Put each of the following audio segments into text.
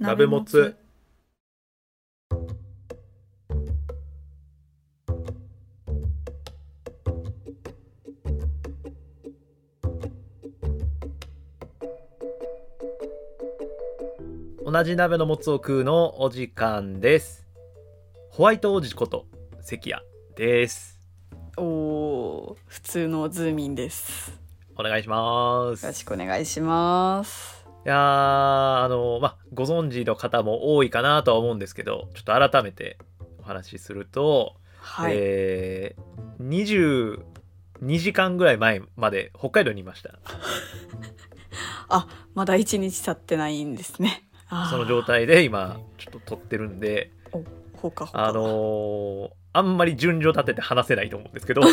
鍋もつ。同じ鍋のもつを食うのお時間です。ホワイト王子こと関谷です。 普通のズーミンです。 お願いします。 よろしくお願いします。 いやーご存知の方も多いかなとは思うんですけど、ちょっと改めてお話しすると、 はい、 22時間ぐらい前まで北海道にいました。 まだ1日経ってないんですね。 その状態で今ちょっと撮ってるんで、 ほかほかあんまり順序立てて話せないと思うんですけど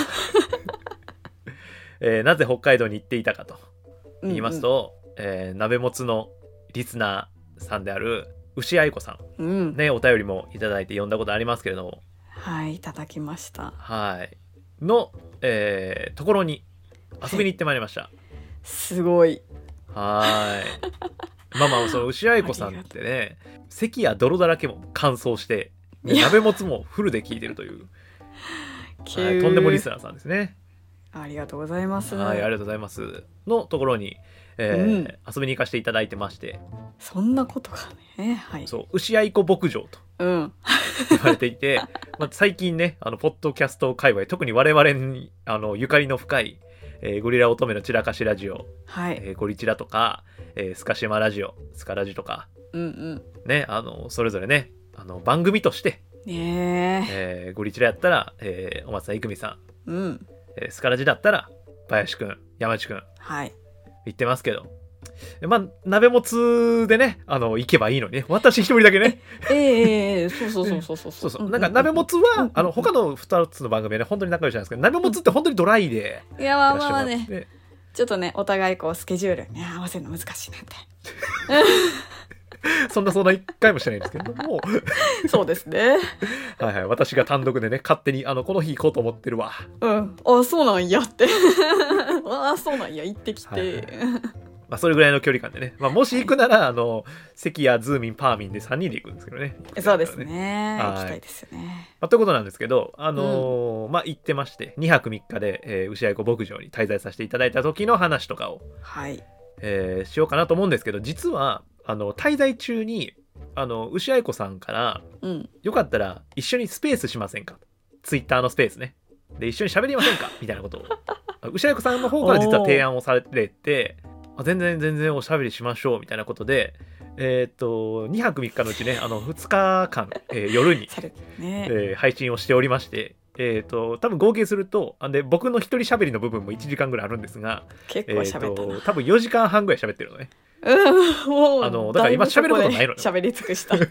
なぜ北海道に行っていたかと言いますと、鍋もつのリスナーさんである牛愛子さん、ね、お便りもいただいて読んだことありますけれども、 はい、いただきました。 はいの、ところに遊びに行ってまいりました。 すごい。 その牛愛子さんってね、咳や泥だらけも乾燥して鍋もつもフルで聞いてるというとんでもリスナーさんですね。 ありがとうございます。 はい、ありがとうございますのところに、遊びに行かせていただいてまして、 そんなことがね、はい、 そう牛愛子牧場と言われていて最近ねポッドキャスト界隈、特に我々にゆかりの深い、ゴリラ乙女の散らかしラジオ、ゴリチラとか、スカシマラジオ、スカラジとか、ね、それぞれね番組として、ゴリチラやったら、お松さんいくみさん、スカラジだったら林くん、山内くん、言ってますけど、鍋もつでね行けばいいのにね、私一人だけねそうなんか鍋もつは他の2つの番組はね本当に仲良しなんですけど、鍋もつって本当にドライで、 いやまあね、ちょっとねお互いこうスケジュールに合わせるの難しいなんてそんな一回もしてないんですけどもそうですねはい、私が単独でね勝手にこの日行こうと思ってるわ、 そうなんやってそうなんや、行ってきて、 それぐらいの距離感でね、もし行くなら関やズーミンパーミンで3人で行くんですけどね。 そうですね、行きたいですよね。 ということなんですけど、行ってまして2泊3日で、牛愛子牧場に滞在させていただいた時の話とかを、しようかなと思うんですけど、実は滞在中に牛愛子さんから、よかったら一緒にスペースしませんか、ツイッターのスペースねで一緒に喋りませんかみたいなことを牛愛子さんの方から実は提案をされて、全然おしゃべりしましょうみたいなことで、2泊3日のうちね2日間、夜に、配信をしておりまして、多分合計するとで僕の一人喋りの部分も1時間ぐらいあるんですが、 結構喋ったな、 多分4時間半ぐらい喋ってるのね。だから今喋ることないのよ。 喋り尽くした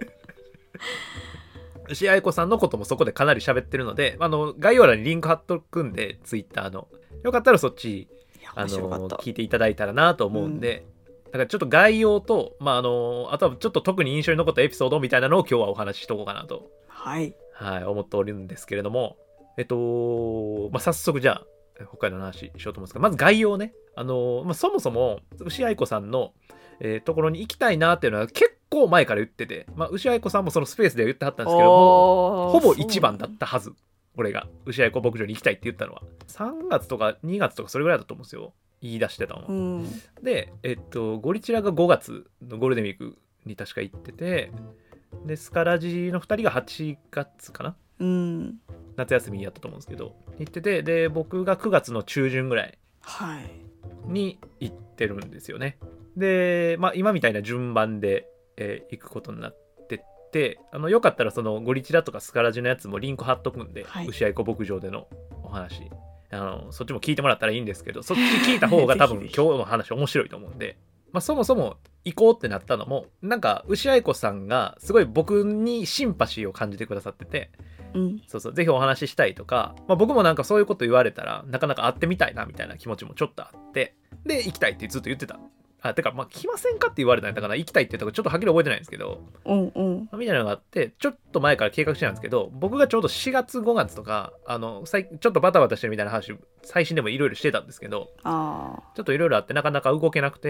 牛愛子さんのこともそこでかなり喋ってるので、概要欄にリンク貼っとくんで、ツイッターのよかったらそっち聞いていただいたらなと思うんで、だからちょっと概要と、あとはちょっと特に印象に残ったエピソードみたいなのを今日はお話ししとこうかなと、思っておるんですけれども、早速じゃあ北海道の話しようと思うんですが、まず概要ね、そもそも牛愛子さんの、ところに行きたいなっていうのは結構前から言ってて、牛愛子さんもそのスペースでは言ってはったんですけども、ほぼ一番だったはず。俺が牛愛子牧場に行きたいって言ったのは3月とか2月とかそれぐらいだと思うんですよ、言い出してたのは。でゴリチラが5月のゴールデンウィークに確か行ってて、でスカラジの2人が8月かな、夏休みやったと思うんですけど行ってて、で僕が9月の中旬ぐらいに行ってるんですよね。で今みたいな順番で、行くことになってで、よかったらそのゴリチラとかスカラジのやつもリンク貼っとくんで、牛愛子牧場でのお話そっちも聞いてもらったらいいんですけど、そっち聞いた方が多分今日の話面白いと思うんでそもそも行こうってなったのもなんか牛愛子さんがすごい僕にシンパシーを感じてくださってて、ぜひお話ししたいとか、僕もなんかそういうこと言われたらなかなか会ってみたいなみたいな気持ちもちょっとあって、で行きたいってずっと言ってた。てか来ませんかって言われたんだから行きたいって言ったからちょっとはっきり覚えてないんですけど、みたいなのがあってちょっと前から計画してたんですけど、僕がちょうど4月5月とかちょっとバタバタしてるみたいな話最新でもいろいろしてたんですけど、ちょっといろいろあってなかなか動けなくて、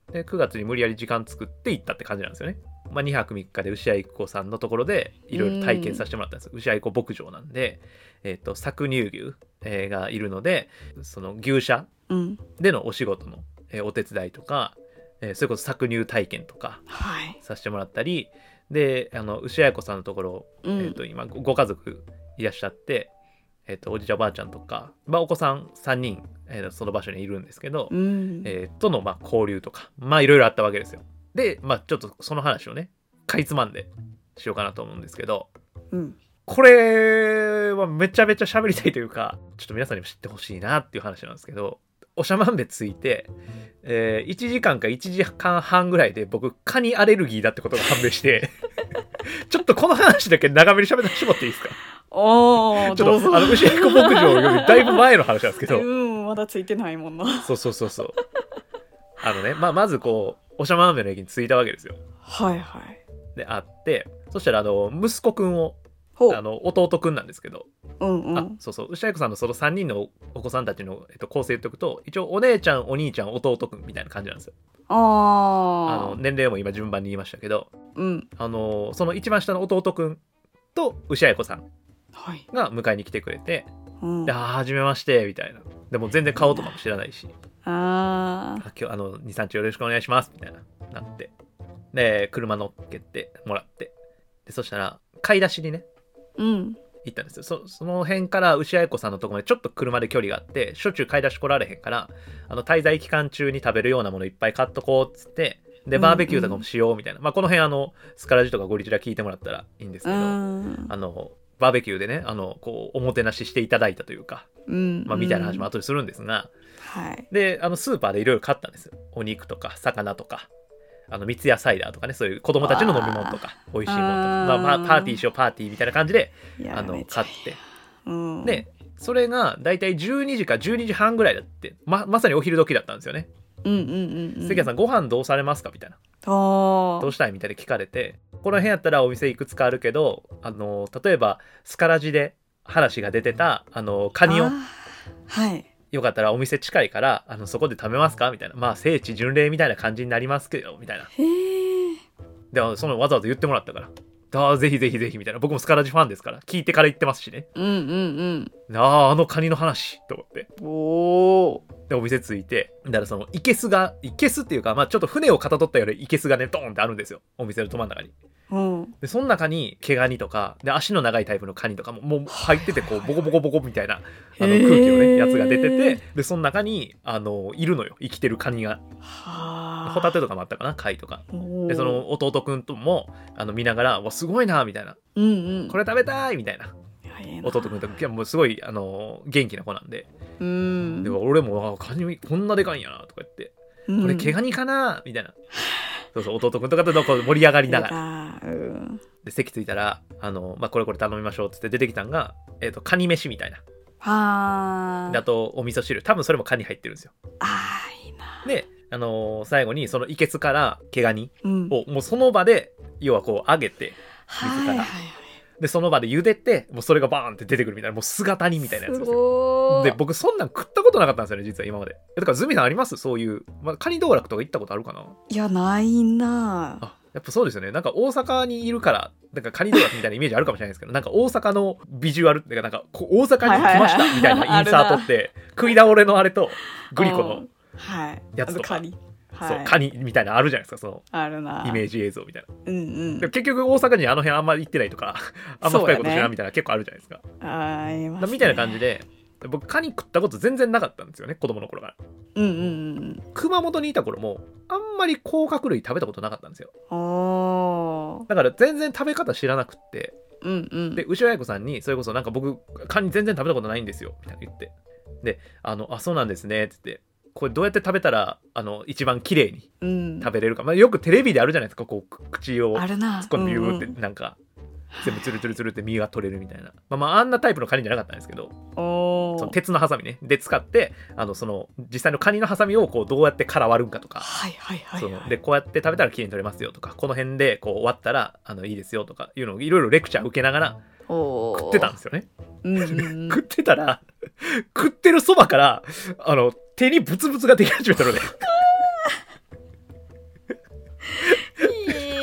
で9月に無理やり時間作って行ったって感じなんですよね。まあ、2泊3日で牛愛子さんのところでいろいろ体験させてもらったんです。牛愛子牧場なんで、搾乳牛、がいるので、その牛舎でのお仕事の、お手伝いとか、それこそ搾乳体験とかさせてもらったり、で牛愛子さんのところ、今ご家族いらっしゃって、おじいちゃんおばあちゃんとか、まあ、お子さん3人、その場所にいるんですけど、とのまあ交流とかまあいろいろあったわけですよ。で、まあ、ちょっとその話をねかいつまんでしようかなと思うんですけど、これはめちゃめちゃ喋りたいというか、ちょっと皆さんにも知ってほしいなっていう話なんですけど、長万部着いて、1時間か1時間半ぐらいで僕カニアレルギーだってことが判明してちょっとこの話だけ長めに喋ってしまっていいですか？ちょっと牛彦牧場よりだいぶ前の話なんですけどまだついてないもんな。 そうね、まずこう長万部の駅に着いたわけですよ。 はいはい。 で会って、そしたら息子くんを弟くんなんですけど、そう牛彦さんのその3人のお子さんたちの、構成言っておくと、一応お姉ちゃんお兄ちゃん弟くんみたいな感じなんですよ。年齢も今順番に言いましたけど、その一番下の弟くんと牛彦さんが迎えに来てくれて、ではじめましてみたいな。でも全然顔とかも知らないし、今日2、3日よろしくお願いしますみたいなって、で車乗っけてもらって、でそしたら買い出しにね行ったんですよ。その辺から牛愛子さんのところまでちょっと車で距離があって、しょっちゅう買い出し来られへんから、滞在期間中に食べるようなものいっぱい買っとこうっつって、でバーベキューとかもしようみたいな、まあこの辺スカラジとかゴリチラ聞いてもらったらいいんですけど、バーベキューでねこうおもてなししていただいたというか、まあ、みたいな話も後でするんですが、でスーパーでいろいろ買ったんですよ。お肉とか魚とか三ツ矢サイダーとかね、そういう子供たちの飲み物とか美味しいものとか、まあ、パーティーしようパーティーみたいな感じで買って、でそれがだいたい12時か12時半ぐらいだって、まさにお昼時だったんですよね。関谷さんご飯どうされますかみたいな、どうしたいみたいな聞かれて、この辺やったらお店いくつかあるけど、例えばスカラジで話が出てたカニをよかったらお店近いからそこで食べますかみたいな、まあ聖地巡礼みたいな感じになりますけどみたいな。でそのわざわざ言ってもらったから、ぜひぜひぜひみたいな、僕もスカラジファンですから聞いてから言ってますしね。カニの話と思って、でお店着いて、だからそのいけすっていうか、まあちょっと船をかたどったようないけすがねドーンってあるんですよ、お店のど真ん中に。でその中に毛ガニとかで足の長いタイプのカニとかもう入ってて、こうボコボコボコみたいな空気をねやつが出てて、でその中にいるのよ、生きてるカニが。ホタテとかもあったかな、貝とかで、その弟くんとも見ながら、わすごいなみたいな、これ食べたいみたいな。弟くんともうすごい元気な子なんで、で俺もカニこんなでかいんやなとか言って、これ毛ガニかなみたいな。そう弟くんとかと盛り上がりながら、で席着いたらまあ、これ頼みましょうっつって出てきたんが、カニ飯みたいな。であとお味噌汁、多分それもカニ入ってるんですよ。 いいな。 で最後にそのいけすから毛ガニをもうその場で要はこう揚げて水から、でその場で茹でて、もうそれがバーンって出てくるみたいな、もう姿煮みたいなやつですよ。で僕そんなん食ったことなかったんですよね、実は今まで。だからズミさんあります？そういう、カニ道楽とか行ったことあるかな？ いやないな。 やっぱそうですよね。なんか大阪にいるからなんかカニ道楽みたいなイメージあるかもしれないですけど、なんか大阪のビジュアルっていうか、なんか大阪に来ましたみたいなインサートって食い倒れのあれとグリコのやつとか、そうカニみたいなのあるじゃないですか、そのあるなイメージ映像みたいな。で結局大阪にあの辺あんまり行ってないとか、あんま深いこと知らんみたいな結構あるじゃないですか。みたいな感じで、僕カニ食ったこと全然なかったんですよね、子供の頃から。熊本にいた頃もあんまり甲殻類食べたことなかったんですよ。だから全然食べ方知らなくって、で牛尾彩子さんにそれこそなんか僕カニ全然食べたことないんですよみたいな言って、でそうなんですねって言って、これどうやって食べたら一番綺麗に食べれるか、よくテレビであるじゃないですか、こう口を突っ込んでビューってなんか全部ツルツルツルって身が取れるみたいな、あんなタイプのカニじゃなかったんですけど、その鉄のハサミねで使ってその実際のカニのハサミをこうどうやって殻割るんかとか、でこうやって食べたら綺麗に取れますよとか、この辺でこう割ったらいいですよとかいうのをいろいろレクチャー受けながら食ってたんですよね。食ってたら食ってるそばから手にブツブツができ始めたので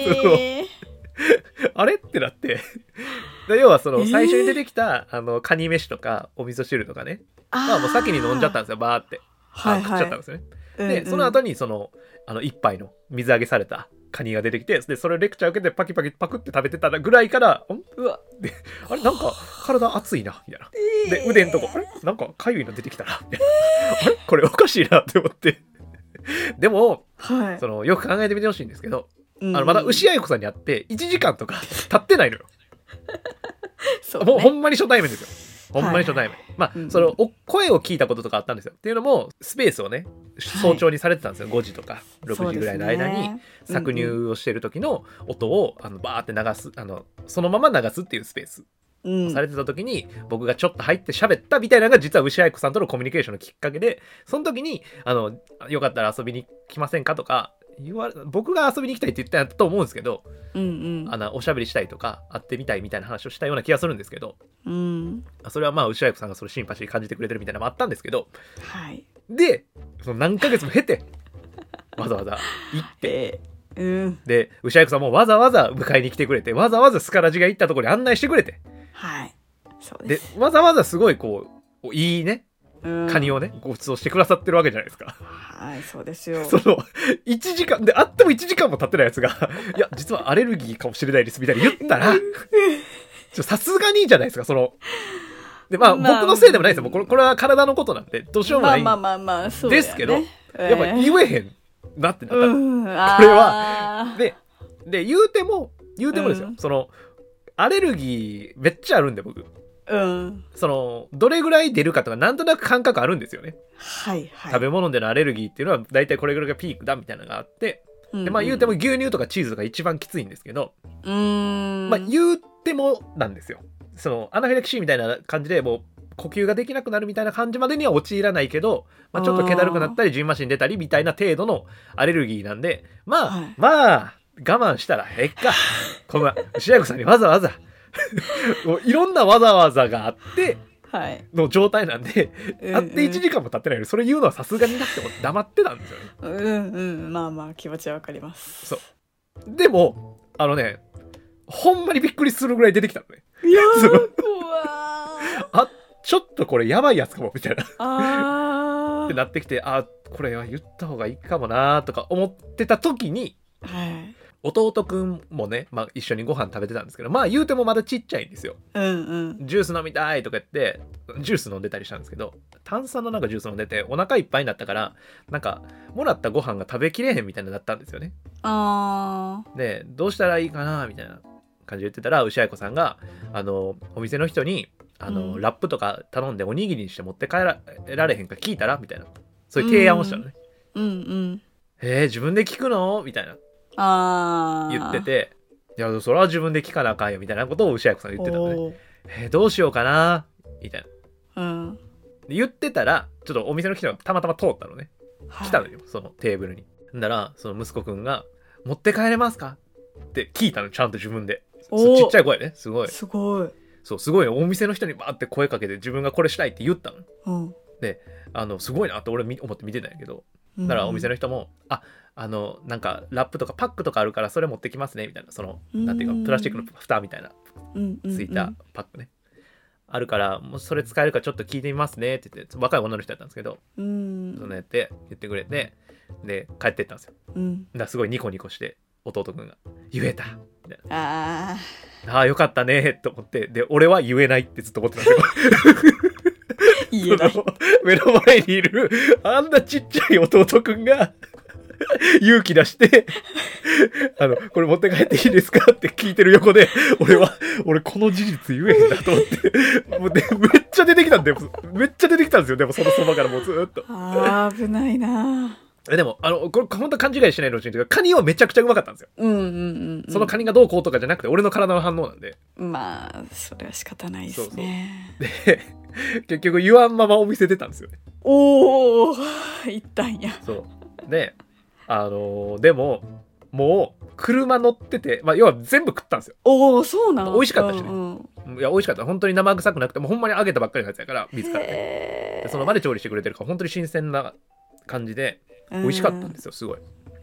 あれってなってで要はその最初に出てきた、カニ飯とかお味噌汁とかね、まあもう先に飲んじゃったんですよ、バーって、食っちゃったんですよね、でその後にその一杯の水揚げされたカニが出てきて、でそれをレクチャー受けてパキパキパクって食べてたぐらいから、うわであれなんか体熱いなみたいな、で腕んとこあれなんかかゆいの出てきたなみたいなあれこれおかしいなって思ってでも、はい、そのよく考えてみてほしいんですけど、まだ牛あゆこさんに会って1時間とか経ってないのよそう、ね、もうほんまに初対面ですよ、ほんまに初対面、まあ、その声を聞いたこととかあったんですよ。っていうのもスペースをね早朝にされてたんですよ、5時とか6時ぐらいの間に搾乳をしてる時の音をバーって流す、そのまま流すっていうスペースされてた時に、僕がちょっと入って喋ったみたいなのが実は牛愛子さんとのコミュニケーションのきっかけで、その時によかったら遊びに来ませんかとか僕が遊びに行きたいって言ったと思うんですけど、おしゃべりしたいとか会ってみたいみたいな話をしたような気がするんですけど、それはまあ牛愛子さんがそれシンパシー感じてくれてるみたいなのもあったんですけど、はい、でその何ヶ月も経てわざわざ行って、で牛愛子さんもわざわざ迎えに来てくれて、わざわざスカラジが行ったところに案内してくれて、はい、そうです。でわざわざすごいこういいねカニをねご馳走してくださってるわけじゃないですか。 はい、そうですよ。 その1時間であっても1時間も経ってないやつがいや実はアレルギーかもしれないですみたいに言ったらさすがにじゃないですか。そのでまあ、僕のせいでもないですよ、もうこれは体のことなんでどうしようもないんですけど、やっぱ言えへんなってなった、これはで言うてもですよ、そのアレルギーめっちゃあるんで僕、そのどれぐらい出るかとかなんとなく感覚あるんですよね、はいはい、食べ物でのアレルギーっていうのはだいたいこれぐらいがピークだみたいなのがあって、でまあ言うても牛乳とかチーズとか一番きついんですけど、まあ言うてもなんですよ、そのアナフィラキシーみたいな感じでもう呼吸ができなくなるみたいな感じまでには陥らないけど、まあ、ちょっと気だるくなったりジンマシン出たりみたいな程度のアレルギーなんで、まあ、はい、まあ我慢したらえっかこんな牛愛子さんにわざわざもういろんなわざわざがあっての状態なんで、会って1時間も経ってないのにそれ言うのはさすがになって黙ってたんですよね。 まあまあ気持ちはわかります。 そうでもほんまにびっくりするぐらい出てきたのね。 いやー怖あちょっとこれやばいやつかもみたいなってなってきて、これは言った方がいいかもなとか思ってた時に、はい、弟くんもね、まあ、一緒にご飯食べてたんですけど、まあ言うてもまだちっちゃいんですよ、ジュース飲みたいとか言ってジュース飲んでたりしたんですけど、炭酸のなんかジュース飲んでてお腹いっぱいになったからなんかもらったご飯が食べきれへんみたいになったんですよね。でどうしたらいいかなみたいな感じで言ってたら、牛愛子さんがお店の人にラップとか頼んでおにぎりにして持って帰られへんか聞いたらみたいな、そういう提案をしたのね。自分で聞くのみたいな言ってて、いやそれは自分で聞かなあかんよみたいなことを牛愛子さんが言ってたのね。どうしようかなみたいな、言ってたらちょっとお店の人がたまたま通ったのね、来たのよそのテーブルに。だからその息子くんが持って帰れますかって聞いたの、ちゃんと自分で。ちっちゃい声ね、すごいすごいお店の人にバーって声かけて自分がこれしたいって言ったの、ですごいなって俺思って見てたんやけど、だからお店の人もなんかラップとかパックとかあるからそれ持ってきますねみたいな、そのなんていうかプラスチックの蓋みたいなついたパックね、あるからもうそれ使えるかちょっと聞いてみますねって言って、若い女の人だったんですけど、そのやって言ってくれて、で帰ってったんですよ、だからすごいニコニコして弟くんが言えたみたいな、よかったねと思って、で俺は言えないってずっと思ってたんですよ言えない目の前にいるあんなちっちゃい弟くんが勇気出してこれ持って帰っていいですかって聞いてる横で、俺この事実言えへんなと思ってもうでめっちゃ出てきたんですよ。でもそのそばからもうずっと危ないな。 でもこれ本当勘違いしないのうちにというか、カニはめちゃくちゃうまかったんですよ。そのカニがどうこうとかじゃなくて俺の体の反応なんで、 まあそれは仕方ないですね。 で結局言わんままお店出たんですよね。 お行ったんや。 そうででももう車乗ってて、まあ、要は全部食ったんですよ。そうなの。美味しかったしね、いや美味しかった。本当に生臭くなくてもほんまに揚げたばっかりのやつやから自らね、でその場で調理してくれてるから本当に新鮮な感じで美味しかったんですよ、すごい。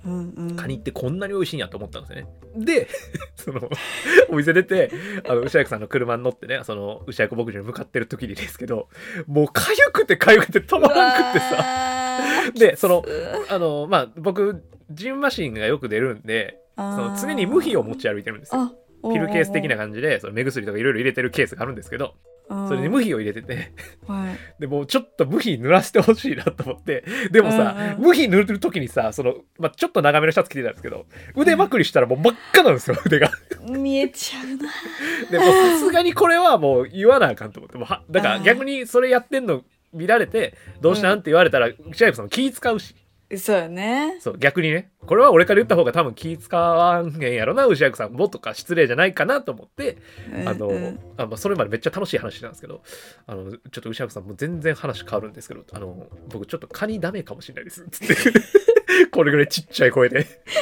うんうん、 カニってこんなに美味しいんやと思ったんですよね。でそのお店出て牛屋さんの車に乗ってね、その牛屋牧場に向かってる時にですけど、もうかゆくて止まらんくってさでそのまあ僕ジンマシンがよく出るんで、その常に無比を持ち歩いてるんですよ。ピルケース的な感じでその目薬とかいろいろ入れてるケースがあるんですけど、それに無比を入れててはい、 でもうちょっと無比濡らしてほしいなと思って、でもさ、無比塗る時にさ、その、まあ、ちょっと長めのシャツ着てたんですけど、腕まくりしたらもう真っ赤なんですよ、腕が見えちゃうな。 でもさすがにこれはもう言わなあかんと思って、もうだから逆にそれやってんの見られてどうしたんって言われたら千秋さんも気使うし、 そうよね。 そう逆にね、これは俺から言った方が多分気使わんへんやろな牛役さんもとか失礼じゃないかなと思って、まあ、それまでめっちゃ楽しい話なんですけど、ちょっと牛役さんもう全然話変わるんですけど、僕ちょっとカニダメかもしれないですつってこれぐらいちっちゃい声で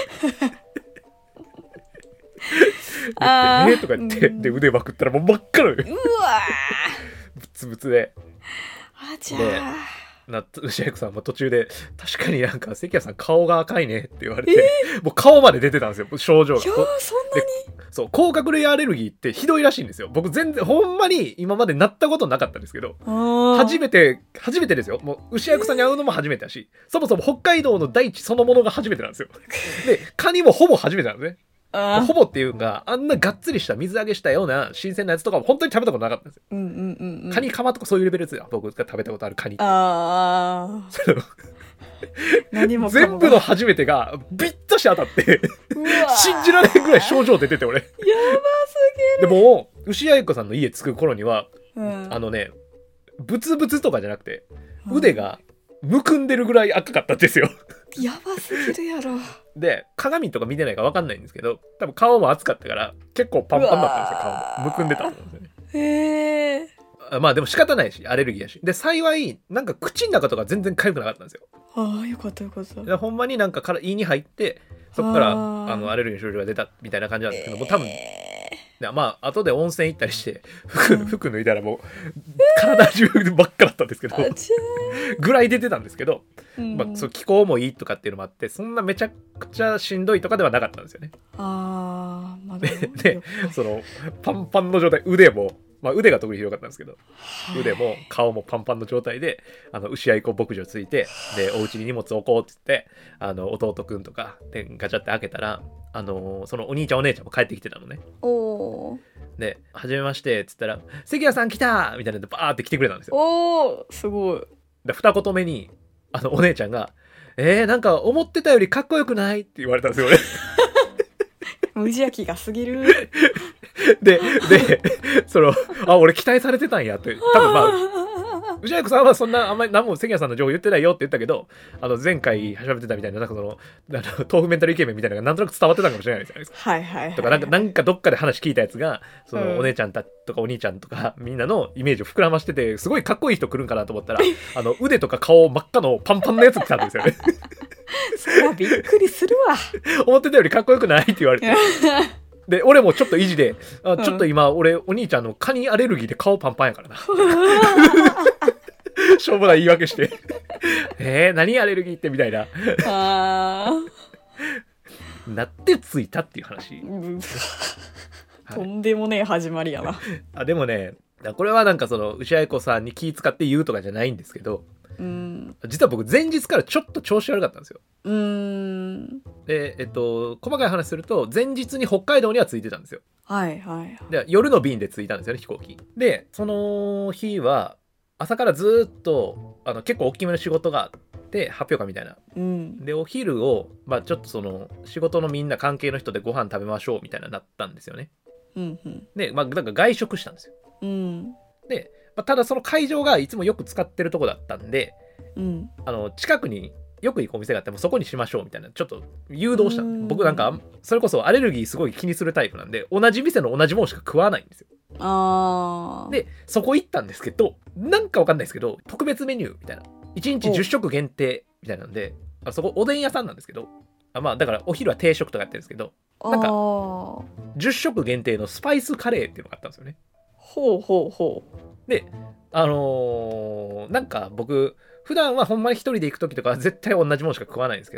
とか言って、で腕まくったらもう真っ赤のよ。うわブツブツで。 あちゃー。 牛役さんも途中で確かになんか関谷さん顔が赤いねって言われて、もう顔まで出てたんですよ症状が。 いやそんなに。 そう甲殻類アレルギーってひどいらしいんですよ。僕全然ほんまに今までなったことなかったんですけど、初めてですよ。もう牛役さんに会うのも初めてだし、そもそも北海道の大地そのものが初めてなんですよ。でカニもほぼ初めてなんですね。ほぼっていうかあんながっつりした水揚げしたような新鮮なやつとかも本当に食べたことなかったんですよ。カニカマとかそういうレベルですよ、僕が食べたことあるカニ。何も全部の初めてがビッとして当たって信じられんぐらい症状出てて俺やばすぎる。 でも牛屋子さんの家着く頃には、ブツブツとかじゃなくて腕がむくんでるぐらい赤かったんですよ。 やばすぎるやろ。 で鏡とか見てないから分かんないんですけど、多分顔も熱かったから結構パンパンだったんですよ。顔もむくんでたと思うんですよね。 へえ。 まあでも仕方ないしアレルギーやし、で幸いなんか口の中とか全然痒くなかったんですよ。 ああよかったよかった。 でほんまになんか胃に入ってそこからアレルギーの症状が出たみたいな感じなんですけど、もう多分まあ後で温泉行ったりして服脱いだらもう体中ばっかだったんですけどぐらい出てたんですけど、まあ、そう気候もいいとかっていうのもあってそんなめちゃくちゃしんどいとかではなかったんですよね。でそのパンパンの状態、腕も、まあ、腕が特にひどかったんですけど、腕も顔もパンパンの状態で牛愛子牧場着いて、でお家に荷物置こうって言って弟くんとかでガチャって開けたらそのお兄ちゃんお姉ちゃんも帰ってきてたのね。で「はじめまして」っつったら「関谷さん来た!」みたいなのでバーって来てくれたんですよ。 おーすごい。 で二言目にお姉ちゃんが「なんか思ってたよりかっこよくない?」って言われたんですよね。 無邪気が過ぎる。 で俺期待されてたんやって、多分まあ藤原さんはそんなあんまり何も関谷さんの情報言ってないよって言ったけど、前回喋ってたみたいななんかその豆腐メンタルイケメンみたいなのがなんとなく伝わってたかもしれないじゃないですか。 はいはいはい、はい、 とかなんかどっかで話聞いたやつがそのお姉ちゃんとかお兄ちゃんとかみんなのイメージを膨らましてて、すごいかっこいい人来るんかなと思ったら腕とか顔真っ赤のパンパンのやつ来たんですよね。 そりゃびっくりするわ。 思ってたよりかっこよくないって言われて。で俺もちょっと意地でちょっと今俺お兄ちゃんのカニアレルギーで顔パンパンやからな。しょうもない言い訳して何アレルギーってみたいななってついたっていう話。 とんでもねえ始まりやな。 でもねこれはなんかその牛愛子さんに気使って言うとかじゃないんですけど、実は僕前日からちょっと調子悪かったんですよ。で細かい話すると前日に北海道には着いてたんですよ。 はいはい。 で夜の便で着いたんですよね、飛行機で。その日は朝からずっと結構大きめの仕事があって発表会みたいな、でお昼をちょっとその仕事のみんな関係の人でご飯食べましょうみたいななったんですよね。でなんか外食したんですよ。で、ただその会場がいつもよく使ってるとこだったんで、近くによく行くお店があってもそこにしましょうみたいなちょっと誘導したんで、僕なんかそれこそアレルギーすごい気にするタイプなんで同じ店の同じものしか食わないんですよ。でそこ行ったんですけど、なんかわかんないですけど特別メニューみたいな1日10食限定みたいなんで、そこおでん屋さんなんですけど、だからお昼は定食とかやってるんですけど、なんか10食限定のスパイスカレーっていうのがあったんですよね。でなんか僕普段はほんまに一人で行く時とかは絶対同じものしか食わないんですけど、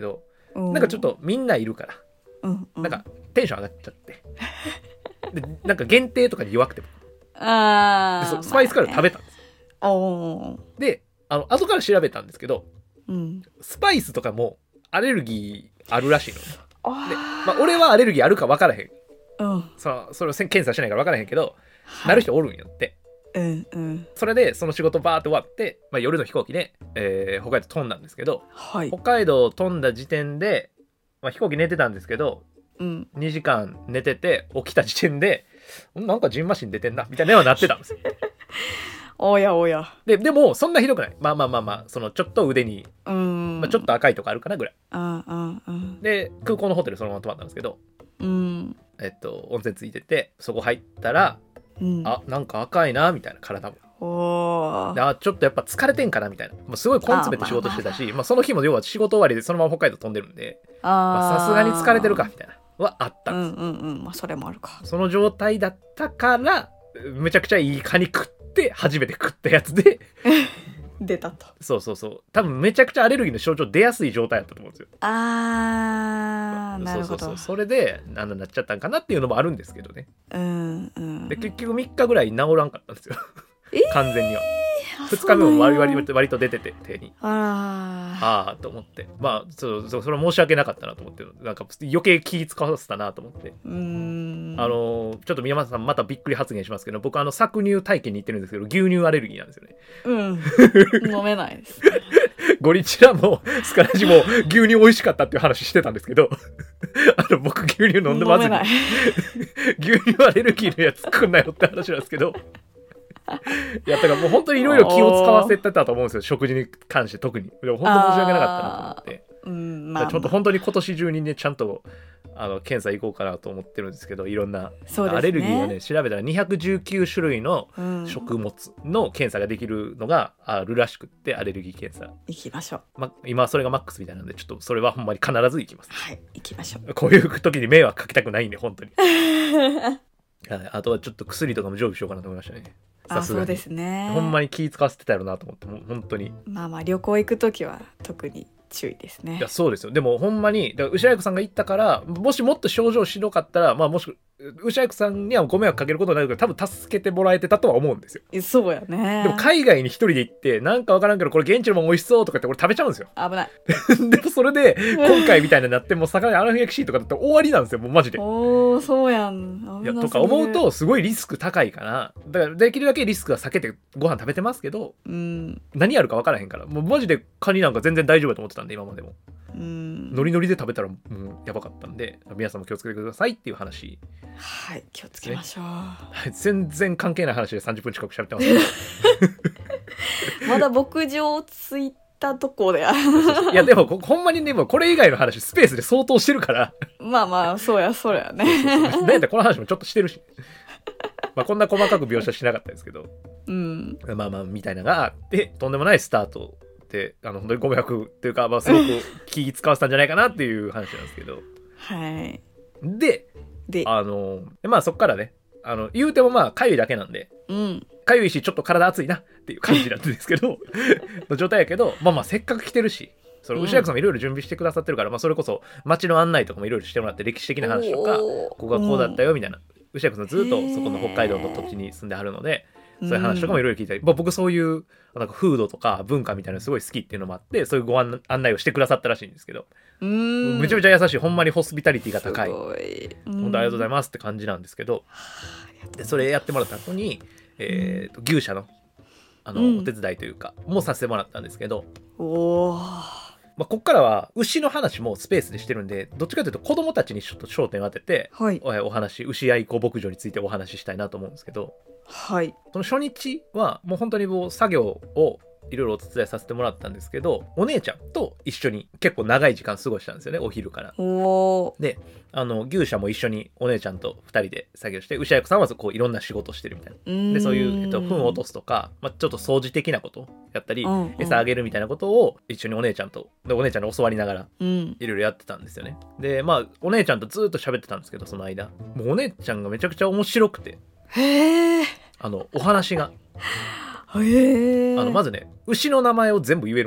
なんかちょっとみんないるから、 うんうん、 なんかテンション上がっちゃってでなんか限定とかに弱くてもスパイスカレー食べたんですよ、で後から調べたんですけど、 うん、 スパイスとかもアレルギーあるらしいので、俺はアレルギーあるか分からへん、それを検査しないから分からへんけど、なる人おるんやって、それでその仕事バーって終わって、夜の飛行機で、北海道飛んだんですけど、北海道飛んだ時点で、飛行機寝てたんですけど、2時間寝てて起きた時点でなんかジンマシン出てんなみたいなのはなってたんですよおやおや。 でもそんなひどくない。そのちょっと腕に、ちょっと赤いとこあるかなぐらい。で空港のホテルそのまま泊まったんですけど、温泉ついててそこ入ったら、なんか赤いなみたいな、体も。ちょっとやっぱ疲れてんかなみたいな、すごい根詰めて仕事してたし、その日も要は仕事終わりでそのまま北海道飛んでるんで、さすがに疲れてるかみたいなはあったんです。 それもあるか。 その状態だったからめちゃくちゃいいカニ食って初めて食ったやつで出たと。 そう多分めちゃくちゃアレルギーの症状出やすい状態だったと思うんですよ。 なるほど。 それでなっちゃったんかなっていうのもあるんですけどね。で結局3日ぐらい治らんかったんですよ完全には。2日目も割と出てて手にと思って、それは申し訳なかったなと思って、なんか余計気使わせたなと思って、ちょっと宮本さんまたびっくり発言しますけど、僕搾乳体験に行ってるんですけど牛乳アレルギーなんですよね。 飲めないですゴリチラもスカラジも牛乳美味しかったっていう話してたんですけど僕牛乳飲んでまずに牛乳アレルギーのやつ作んなよって話なんですけどいやだからもう本当にいろいろ気を使わせてたと思うんですよ、食事に関して特に。でも本当申し訳なかったなと思って、ちょっと本当に今年中にねちゃんと検査行こうかなと思ってるんですけど、いろんな、アレルギーをね調べたら219種類の食物の検査ができるのがあるらしくって、アレルギー検査行きましょう。 今それがマックスみたいなので、ちょっとそれはほんまに必ず行きます。 はい、行きましょう。 こういう時に迷惑かけたくないんで本当にあとはちょっと薬とかも常備しようかなと思いましたね。 そうですね。 ほんまに気使わせてたやろなと思って、もう本当に。 旅行行くときは特に注意ですね。 いやそうですよ。でもほんまに牛愛子さんが言ったから、もしもっと症状しどかったら、もし牛愛子さんにはご迷惑かけることになるけど、多分助けてもらえてたとは思うんですよ。 そうやね。 でも海外に一人で行って、なんかわからんけどこれ現地のもん美味しそうとかって俺食べちゃうんですよ。 危ない。 でもそれで今回みたいになってもう魚にアナフィラキシーとかだったら終わりなんですよ、もうマジで。 そうやん。 いやとか思うとすごいリスク高いかな。だからできるだけリスクは避けてご飯食べてますけど、何やるか分からへんから、もうマジでカニなんか全然大丈夫だと思ってたんで、今までも。ノリノリで食べたらもうやばかったんで、皆さんも気をつけてくださいっていう話。 はい、気をつけましょう。 全然関係ない話で30分近く喋ってますけどまだ牧場ついたとこでいやでもほんまにね、これ以外の話スペースで相当してるからそうやねだいたいこの話もちょっとしてるしこんな細かく描写しなかったですけど、みたいなのがあって、とんでもないスタートで、本当にご迷惑っていうか、すごく気使わせたんじゃないかなっていう話なんですけどはいでそっからね、言うてもかゆいだけなんで、かゆいしちょっと体熱いなっていう感じなんですけどの状態やけど、せっかく来てるし、その牛役さんもいろいろ準備してくださってるから、それこそ街の案内とかもいろいろしてもらって、歴史的な話とかここがこうだったよみたいな、牛役さんずっとそこの北海道の土地に住んではるので、そういう話とかもいろいろ聞いたり、僕そういうなんか風土とか文化みたいなのすごい好きっていうのもあって、そういうご案内をしてくださったらしいんですけど、めちゃめちゃ優しい、ほんまにホスピタリティが高い、本当にありがとうございますって感じなんですけど、でそれやってもらった後に、牛舎のお手伝いというかもさせてもらったんですけど、こっからは牛の話もスペースでしてるんで、どっちかというと子供たちにちょっと焦点を当てて、お話、牛愛子牧場についてお話ししたいなと思うんですけど、その初日はもう本当に作業をいろいろお手伝いさせてもらったんですけど、お姉ちゃんと一緒に結構長い時間過ごしたんですよね、お昼から。で牛舎も一緒にお姉ちゃんと2人で作業して、牛愛子さんはこういろんな仕事してるみたいな。でそういう、糞を落とすとか、ちょっと掃除的なことやったり、餌あげるみたいなことを一緒にお姉ちゃんとお姉ちゃんに教わりながらいろいろやってたんですよね。でお姉ちゃんとずっと喋ってたんですけど、その間もうお姉ちゃんがめちゃくちゃ面白くて、お話がまずね、牛の名前を全部言えるんですよ。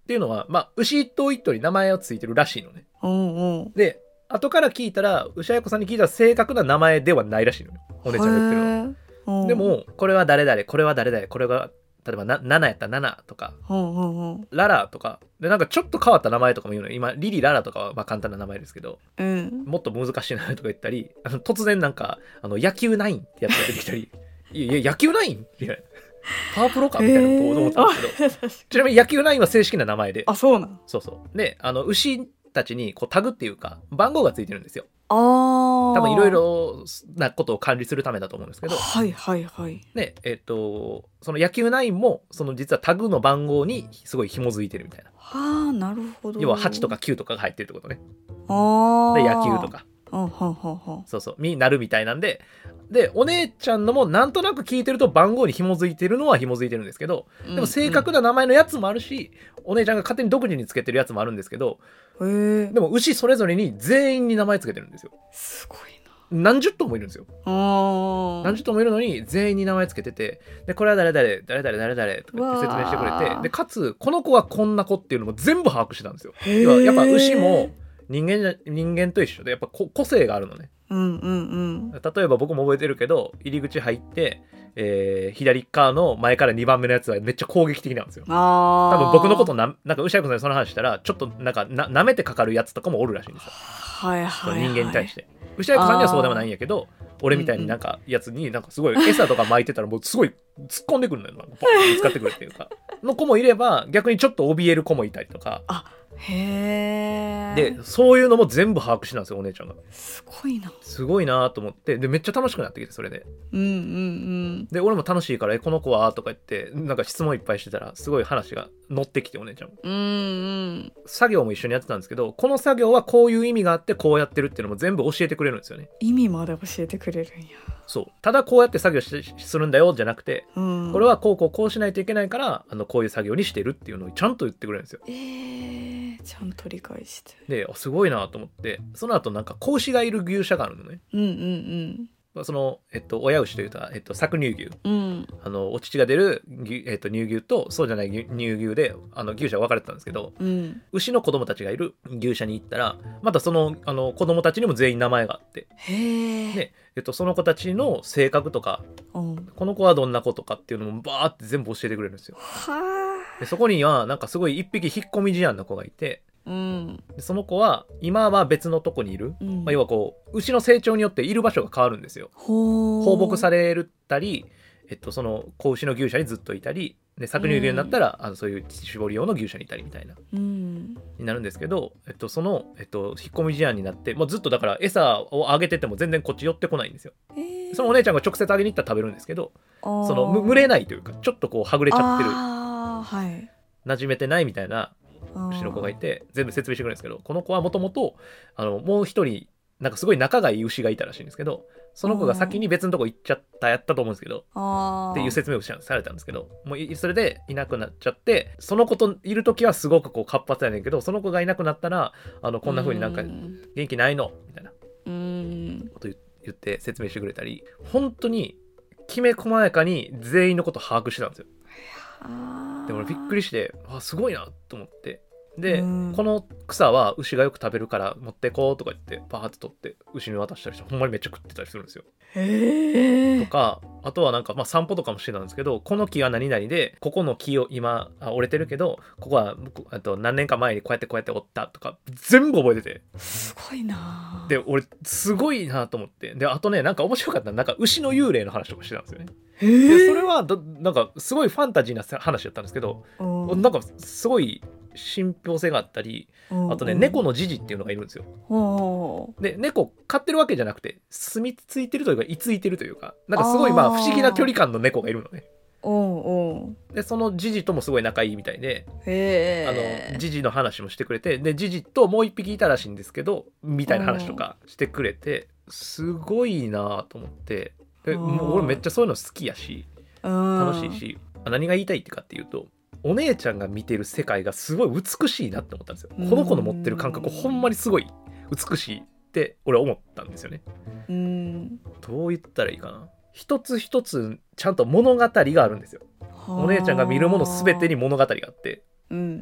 っていうのは、まあ、牛一頭一頭に名前をついてるらしいのね。 うんうん。 で、後から聞いたら、牛あや子さんに聞いたら正確な名前ではないらしいのよ。お姉ちゃんが言ってるのは。でも、これは誰々、これは誰々、これが、例えばナナやったらナナとか、ララとか、で、なんかちょっと変わった名前とかも言うのよ。今、リリララとかはまあ簡単な名前ですけど、もっと難しい名前とか言ったり、突然なんか、野球ナインってやつが出てきたり、いや、野球ナインみたいな。パワープロかみたいなことを思ったんですけど、ちなみに野球ナインは正式な名前で。 あ、そうなん。 そうそう。で、牛たちにこうタグっていうか、番号がついてるんですよ。 多分いろいろなことを管理するためだと思うんですけど。 はいはいはい。 で、その野球ナインも、その実はタグの番号にすごい紐づいてるみたいな。 はあ、なるほど。 要は8とか9とかが入ってるってことね。 ああ。 で、野球とか。そうそう、になるみたいなんで、で、お姉ちゃんのもなんとなく聞いてると番号に紐づいてるのは紐づいてるんですけど、でも正確な名前のやつもあるし、お姉ちゃんが勝手に独自につけてるやつもあるんですけど、でも牛それぞれに全員に名前つけてるんですよ。 すごいな。何十頭もいるんですよ。何十頭もいるのに全員に名前つけてて、で、これは誰々、誰々、誰々とかって説明してくれて、で、かつ、この子はこんな子っていうのも全部把握してたんですよ。やっぱ牛も人間と一緒で、やっぱ個性があるのね。例えば僕も覚えてるけど、入り口入って、左側の前から2番目のやつはめっちゃ攻撃的なんですよ。多分僕のことなんか牛役さんにその話したらちょっとなんか舐めてかかるやつとかもおるらしいんですよ。人間に対して。牛役さんにはそうでもないんやけど、俺みたいになんかやつになんかすごい餌とか巻いてたらもうすごい突っ込んでくるのよ。ボンって使ってくるっていうかの子もいれば、逆にちょっと怯える子もいたりとか。 へー。 で、そういうのも全部把握してたんですよ、お姉ちゃんが。 すごいな。 すごいなと思って、でめっちゃ楽しくなってきて、それで。で、俺も楽しいから、この子はとか言ってなんか質問いっぱいしてたら、すごい話が乗ってきて、お姉ちゃんも。作業も一緒にやってたんですけど、この作業はこういう意味があってこうやってるっていうのも全部教えてくれるんですよね。 意味まで教えてくれるんや。 そう。ただこうやって作業するんだよじゃなくて、これはこうしないといけないから、こういう作業にしてるっていうのをちゃんと言ってくれるんですよ。 ちゃんと理解して。 で、すごいなと思って、その後なんか子牛がいる牛舎があるのね。その、親牛というか、搾乳牛。お乳が出る乳牛と、そうじゃない乳牛で、牛舎分かれてたんですけど、牛の子供たちがいる牛舎に行ったら、またその、子供たちにも全員名前があって。で、その子たちの性格とか、この子はどんな子とかっていうのもバーって全部教えてくれるんですよ。でそこにはなんかすごい一匹引っ込み思案の子がいて、でその子は今は別のとこにいる、要はこう牛の成長によっている場所が変わるんですよ。放牧されたり、その子牛の牛舎にずっといたりで、搾乳牛になったらそういう乳搾り用の牛舎にいたりみたいな、になるんですけど、その、引っ込み思案になって、もうずっとだから餌をあげてても全然こっち寄ってこないんですよ。そのお姉ちゃんが直接あげに行ったら食べるんですけど、その群れないというか、ちょっとこうはぐれちゃってる、馴染めてないみたいな牛の子がいて、全部説明してくれるんですけど、この子はもともともう一人なんかすごい仲がいい牛がいたらしいんですけど、その子が先に別のとこ行っちゃったやったと思うんですけど、っていう説明をされたんですけど、もうそれでいなくなっちゃって、その子といる時はすごくこう活発やねんけど、その子がいなくなったらこんな風になんか元気ないのみたいなこと言って説明してくれたり、本当にきめ細やかに全員のこと把握してたんですよ。で俺びっくりして、すごいなと思って、で、この草は牛がよく食べるから持ってこうとか言ってパーッと取って牛に渡したりして、ほんまにめっちゃ食ってたりするんですよ。とか、あとはなんか散歩とかもしてたんですけど、この木は何々で、ここの木を今折れてるけど、ここは何年か前にこうやって折ったとか全部覚えてて、 すごいな。 で俺すごいなと思って、であとね、なんか面白かったのなんか牛の幽霊の話とかしてたんですよね。でそれはなんかすごいファンタジーな話だったんですけど、なんかすごい信憑性があったり、あとね、猫のジジっていうのがいるんですよ。で猫飼ってるわけじゃなくて住み着いてるというか居ついてるというか、なんかすごい不思議な距離感の猫がいるのね。でそのジジともすごい仲いいみたいで、ジジの話もしてくれて、でジジともう一匹いたらしいんですけどみたいな話とかしてくれて、すごいなと思って、でもう俺めっちゃそういうの好きやし楽しいし、何が言いたいってかっていうと、お姉ちゃんが見てる世界がすごい美しいなって思ったんですよ。この子の持ってる感覚ほんまにすごい美しいって俺は思ったんですよね。どう言ったらいいかな、一つ一つちゃんと物語があるんですよ。お姉ちゃんが見るもの全てに物語があって、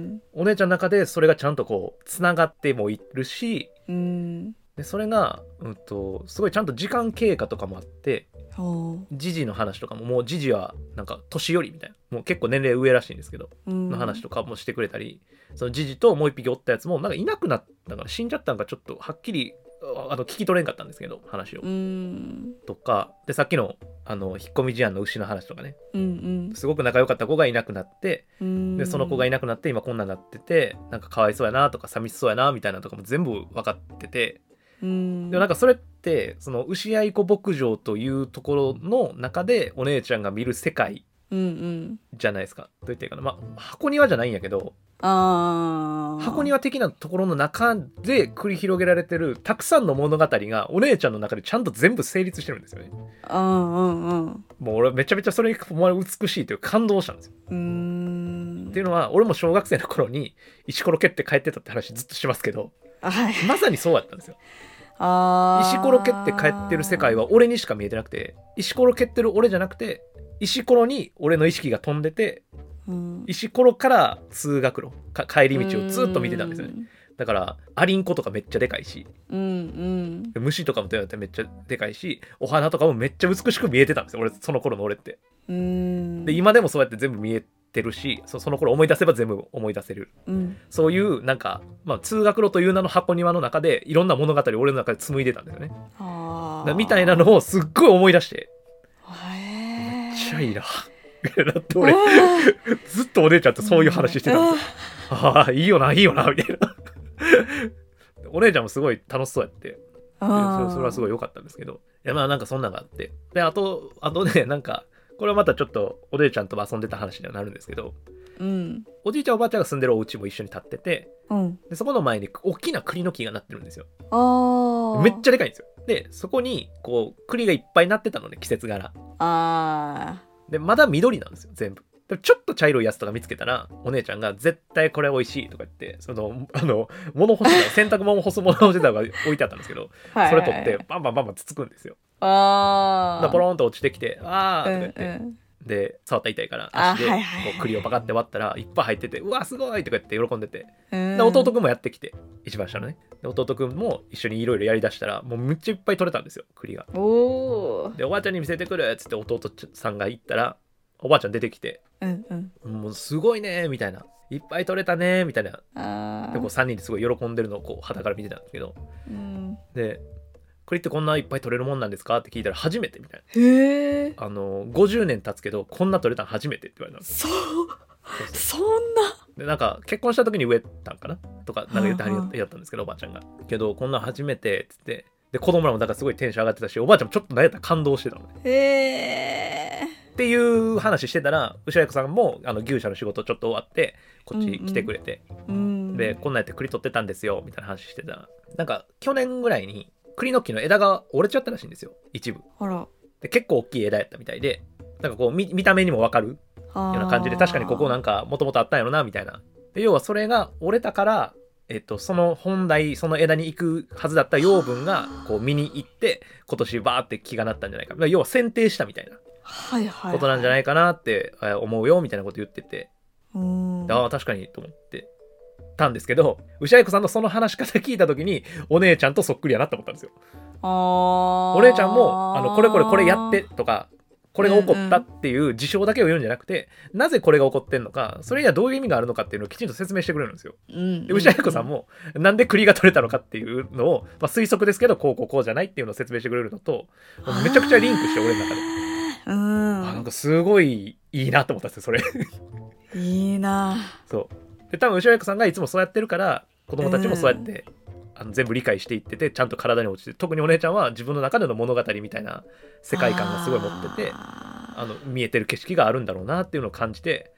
お姉ちゃんの中でそれがちゃんとこうつながってもいるし、でそれが、すごいちゃんと時間経過とかもあって、ジジの話とかも、もうジジはなんか年寄りみたいな、もう結構年齢上らしいんですけど、の話とかもしてくれたり、そのジジともう一匹おったやつもなんかいなくなったから死んじゃったんかちょっとはっきり聞き取れんかったんですけど話を、とかで、さっきの引っ込み思案の牛の話とかね、すごく仲良かった子がいなくなって、でその子がいなくなって今こんなんなってて、なんかかわいそうやなとか寂しそうやなみたいなとかも全部分かってて、でもなんかそれってその牛愛子牧場というところの中でお姉ちゃんが見る世界じゃないですか。どう言っていいかな、まあ箱庭じゃないんやけど、箱庭的なところの中で繰り広げられてるたくさんの物語がお姉ちゃんの中でちゃんと全部成立してるんですよね。もう俺めちゃめちゃそれに美しいというか感動したんですよ。っていうのは俺も小学生の頃に石ころ蹴って帰ってたって話ずっとしますけど、まさにそうだったんですよ。石ころ蹴って帰ってる世界は俺にしか見えてなくて、石ころ蹴ってる俺じゃなくて石ころに俺の意識が飛んでて、石ころから通学路帰り道をずっと見てたんですよね。だからアリンコとかめっちゃでかいし、虫とかもめっちゃでかいし、お花とかもめっちゃ美しく見えてたんですよ俺、その頃の俺って。で今でもそうやって全部見えてるし、その頃思い出せば全部思い出せる、そういうなんか、通学路という名の箱庭の中でいろんな物語を俺の中で紡いでたんですよね。みたいなのをすっごい思い出して、めっちゃいいなだって俺ずっとお姉ちゃんとそういう話してたんですよ。いいよないいよなみたいなお姉ちゃんもすごい楽しそうやって、それはすごい良かったんですけど、いやなんかそんなのがあって、であとね、なんかこれはまたちょっとお姉ちゃんと遊んでた話にはなるんですけど、おじいちゃんおばあちゃんが住んでるお家も一緒に建ってて、でそこの前に大きな栗の木がなってるんですよ。めっちゃでかいんですよ。でそこにこう栗がいっぱいなってたのね、季節柄。でまだ緑なんですよ全部。ちょっと茶色いやつとか見つけたらお姉ちゃんが絶対これ美味しいとか言って、その物干し洗濯物干す物干してたのが置いてあったんですけどそれ取ってバンバンつつくんですよ。ポロンと落ちてきてとか言って、で触ったら痛いから足でこう栗をパカって割ったらいっぱい入ってて、うわすごいとか言って喜んでて、で弟くんもやってきて、一番下のね、で弟くんも一緒にいろいろやりだしたらもうめっちゃいっぱい取れたんですよ栗が。でおばあちゃんに見せてくるっつって弟さんが行ったらおばあちゃん出てきて、もうすごいねみたいな、いっぱい取れたねみたいな、でこう3人ですごい喜んでるのをこう肌から見てたんですけど、で栗ってこんないっぱい取れるもんなんですかって聞いたら初めてみたいな。50年経つけどこんな取れたの初めてって言われたんですよ。 そんなでなんか結婚した時に植えたんかなとかなんか言ってはりやったんですけど、おばあちゃんがけどこんなん初めてっつって、で子供らもだからすごいテンション上がってたし、おばあちゃんもちょっと何やったら感動してたのね。っていう話してたら牛愛子さんも牛舎の仕事ちょっと終わってこっち来てくれて、でこんなんやって栗取ってたんですよみたいな話してたら、なんか去年ぐらいに栗の木の枝が折れちゃったらしいんですよ一部。で結構大きい枝やったみたいで、なんかこう 見た目にも分かるような感じで、確かにここなんかもともとあったんやろなみたいな。で要はそれが折れたから、その本来その枝に行くはずだった養分がこう見に行って今年バーって木がなったんじゃないか、要は剪定したみたいなことなんじゃないかなって思うよみたいなこと言ってて、確かにと思ってたんですけど、牛愛子さんのその話し方聞いた時にお姉ちゃんとそっくりやなって思ったんですよ。お姉ちゃんもこれやってとかこれが起こったっていう事象だけを言うんじゃなくて、なぜこれが起こってんのか、それにはどういう意味があるのかっていうのをきちんと説明してくれるんですよ。で牛愛子さんもなんで栗が取れたのかっていうのを、推測ですけどこうじゃないっていうのを説明してくれるのとめちゃくちゃリンクして俺の中でなんかすごいいいなと思ったんですよそれいいな。 そうで多分牛愛子さんがいつもそうやってるから子供たちもそうやって、全部理解していっててちゃんと体に落ちて、特にお姉ちゃんは自分の中での物語みたいな世界観がすごい持ってて、見えてる景色があるんだろうなっていうのを感じて、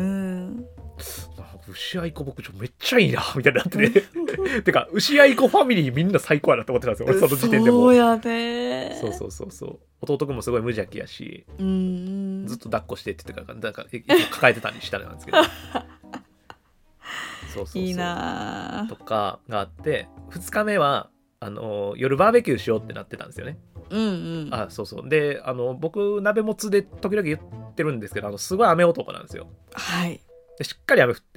牛愛子牧場めっちゃいいなみたいになってねてか牛愛子ファミリーみんな最高やなと思ってたんですよ俺、その時点でも。 そうやね。 そう弟くんもすごい無邪気やし、ずっと抱っこしてって言ってからなんか抱えてたりしたんですけどそういいなとかがあって、2日目は夜バーベキューしようってなってたんですよね。そうで僕鍋もつで時々言ってるんですけどすごい雨男なんですよ。でしっかり雨降って、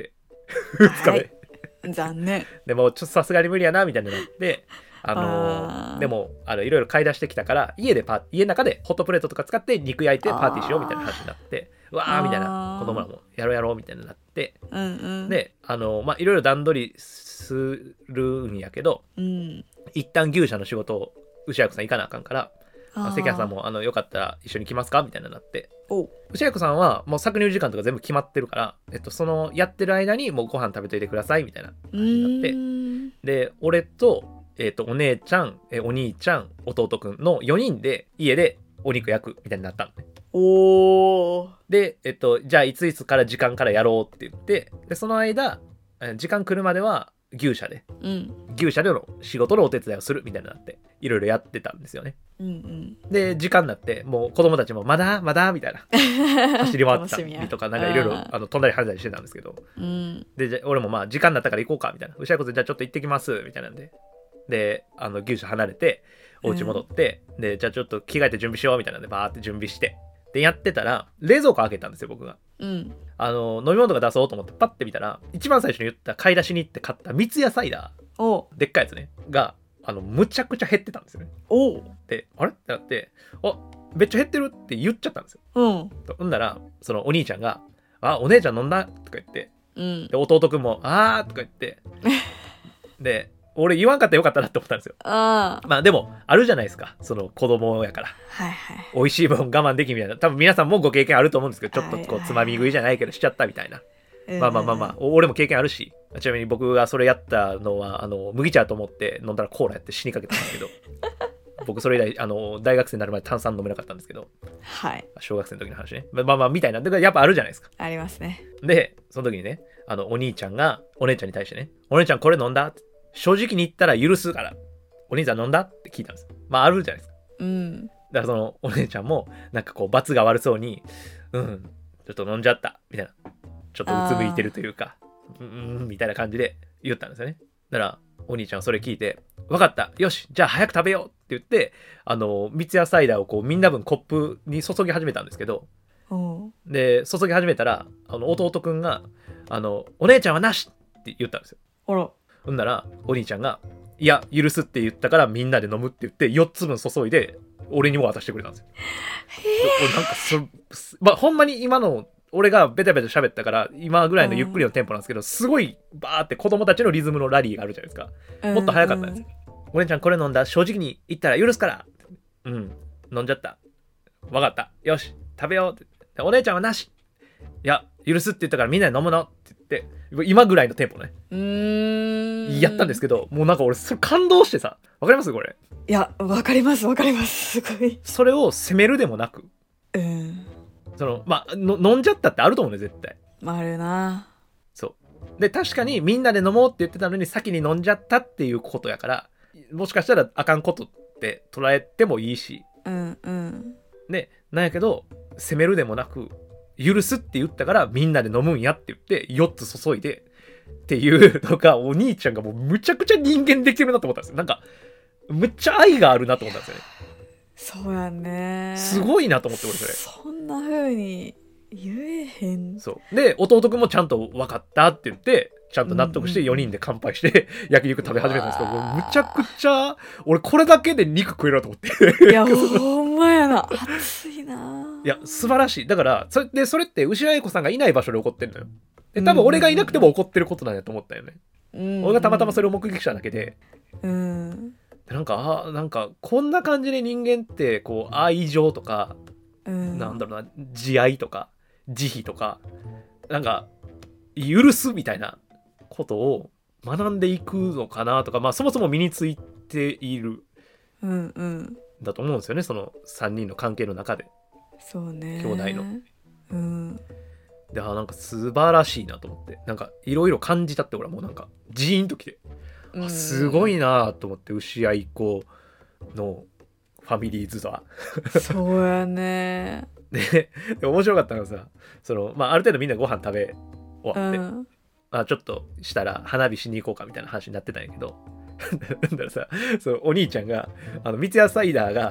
2日目、 はい、残念。 でもちょっとさすがに無理やなみたいになって、でもいろいろ買い出してきたから家の中でホットプレートとか使って肉焼いてパーティーしようみたいな話になって、うわーみたいな、子供らもやろうみたいになって、でいろいろ段取りするんやけど、一旦牛舎の仕事を牛役さん行かなあかんから、関谷さんもよかったら一緒に来ますかみたいになって、牛役さんはもう搾乳時間とか全部決まってるから、そのやってる間にもうご飯食べといてくださいみたいな話になって、で俺とお姉ちゃん、お兄ちゃん、弟くんの4人で家でお肉焼くみたいになったのね。で、じゃあいついつから時間からやろうって言って、でその間時間来るまでは牛舎での仕事のお手伝いをするみたいになっていろいろやってたんですよね。で時間になってもう子供たちもまだみたいな走り回ってたりとかなんかいろいろ飛んだり跳んだりしてたんですけど、で俺もまあ時間になったから行こうかみたいな、牛役さんじゃあちょっと行ってきますみたいなんで牛舎離れてお家戻って、でじゃあちょっと着替えて準備しようみたいなんでバーって準備してでやってたら冷蔵庫開けたんですよ僕が。飲み物とか出そうと思ってパッて見たら一番最初に言った買い出しに行って買った三ツ矢サイダーでっかいやつねがむちゃくちゃ減ってたんですよね。であれってなって、めっちゃ減ってるって言っちゃったんですよ。ほんならそのお兄ちゃんがお姉ちゃん飲んだとか言って、で弟くんもとか言ってで俺言わんかったらよかったなって思ったんですよ。まあでもあるじゃないですか、その子供やから、美味しい分我慢できみたいな、多分皆さんもご経験あると思うんですけど、ちょっとこうつまみ食いじゃないけどしちゃったみたいな、まあ俺も経験あるし、ちなみに僕がそれやったのは麦茶と思って飲んだらコーラやって死にかけたんですけど僕それ以来大学生になるまで炭酸飲めなかったんですけど、小学生の時の話ね、みたいな、だからやっぱあるじゃないですか。 ありますね。 でその時にねお兄ちゃんがお姉ちゃんに対してね、お姉ちゃんこれ飲んだって正直に言ったら許すからお兄さん飲んだって聞いたんです。まああるじゃないですか。だからそのお姉ちゃんもなんかこう罰が悪そうにちょっと飲んじゃったみたいな、ちょっとうつむいてるというかみたいな感じで言ったんですよね。だからお兄ちゃんはそれ聞いて、分かった、よしじゃあ早く食べようって言って三ツ矢サイダーをこうみんな分コップに注ぎ始めたんですけど、で注ぎ始めたら弟くんがお姉ちゃんはなしって言ったんですよ。ほんならお兄ちゃんがいや許すって言ったからみんなで飲むって言って4つ分注いで俺にも渡してくれたんですよ。なんかほんまに今の俺がベタベタ喋ったから今ぐらいのゆっくりのテンポなんですけど、すごいバーって子供たちのリズムのラリーがあるじゃないですか。もっと早かったんですよ。お姉ちゃんこれ飲んだ、正直に言ったら許すから、飲んじゃった、分かった、よし食べようって、お姉ちゃんはなし、いや許すって言ったからみんなで飲むのって言って今ぐらいのテンポねやったんですけど、もうなんか俺それ感動してさ、わかりますこれ。 いやわかりますすごい。 それを責めるでもなく、その飲んじゃったってあると思うね絶対。 あるな。 そうで確かにみんなで飲もうって言ってたのに先に飲んじゃったっていうことやから、もしかしたらあかんことって捉えてもいいし、でなんやけど責めるでもなく許すって言ったからみんなで飲むんやって言って4つ注いでっていうのが、お兄ちゃんがもうむちゃくちゃ人間できてるなと思ったんですよ。なんかむっちゃ愛があるなと思ったんですよね。 そうやね、 すごいなと思って俺それ。 そんな風に言えへん。 そうで弟くんもちゃんと分かったって言ってちゃんと納得して4人で乾杯して焼肉食べ始めたんですけど、もうむちゃくちゃ俺これだけで肉食えるなと思っていやほんまやな、熱いな。 いや素晴らしい。だからそれって牛尾英子さんがいない場所で起こってるのよ。で多分俺がいなくても起こってることなんやと思ったよね。俺がたまたまそれを目撃しただけで、なんかこんな感じで人間ってこう愛情とか、なんだろうな、慈愛とか慈悲とかなんか許すみたいなことを学んでいくのかなとか、そもそも身についているだと思うんですよね、その3人の関係の中で。 そうね、 兄弟の。でなんか素晴らしいなと思って、なんかいろいろ感じたって、俺はもうなんかジーンときて、すごいなと思って、牛愛子のファミリーズはそうやね。 で面白かったのがさ、ある程度みんなご飯食べ終わって、ちょっとしたら花火しに行こうかみたいな話になってたんやけどだからさ、そのお兄ちゃんが三ツ矢サイダーが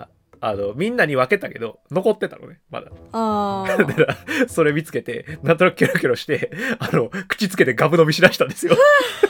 みんなに分けたけど残ってたのねまだ。 あだからそれ見つけてなんとなくキョロキョロして口つけてガブ飲みしだしたんですよ。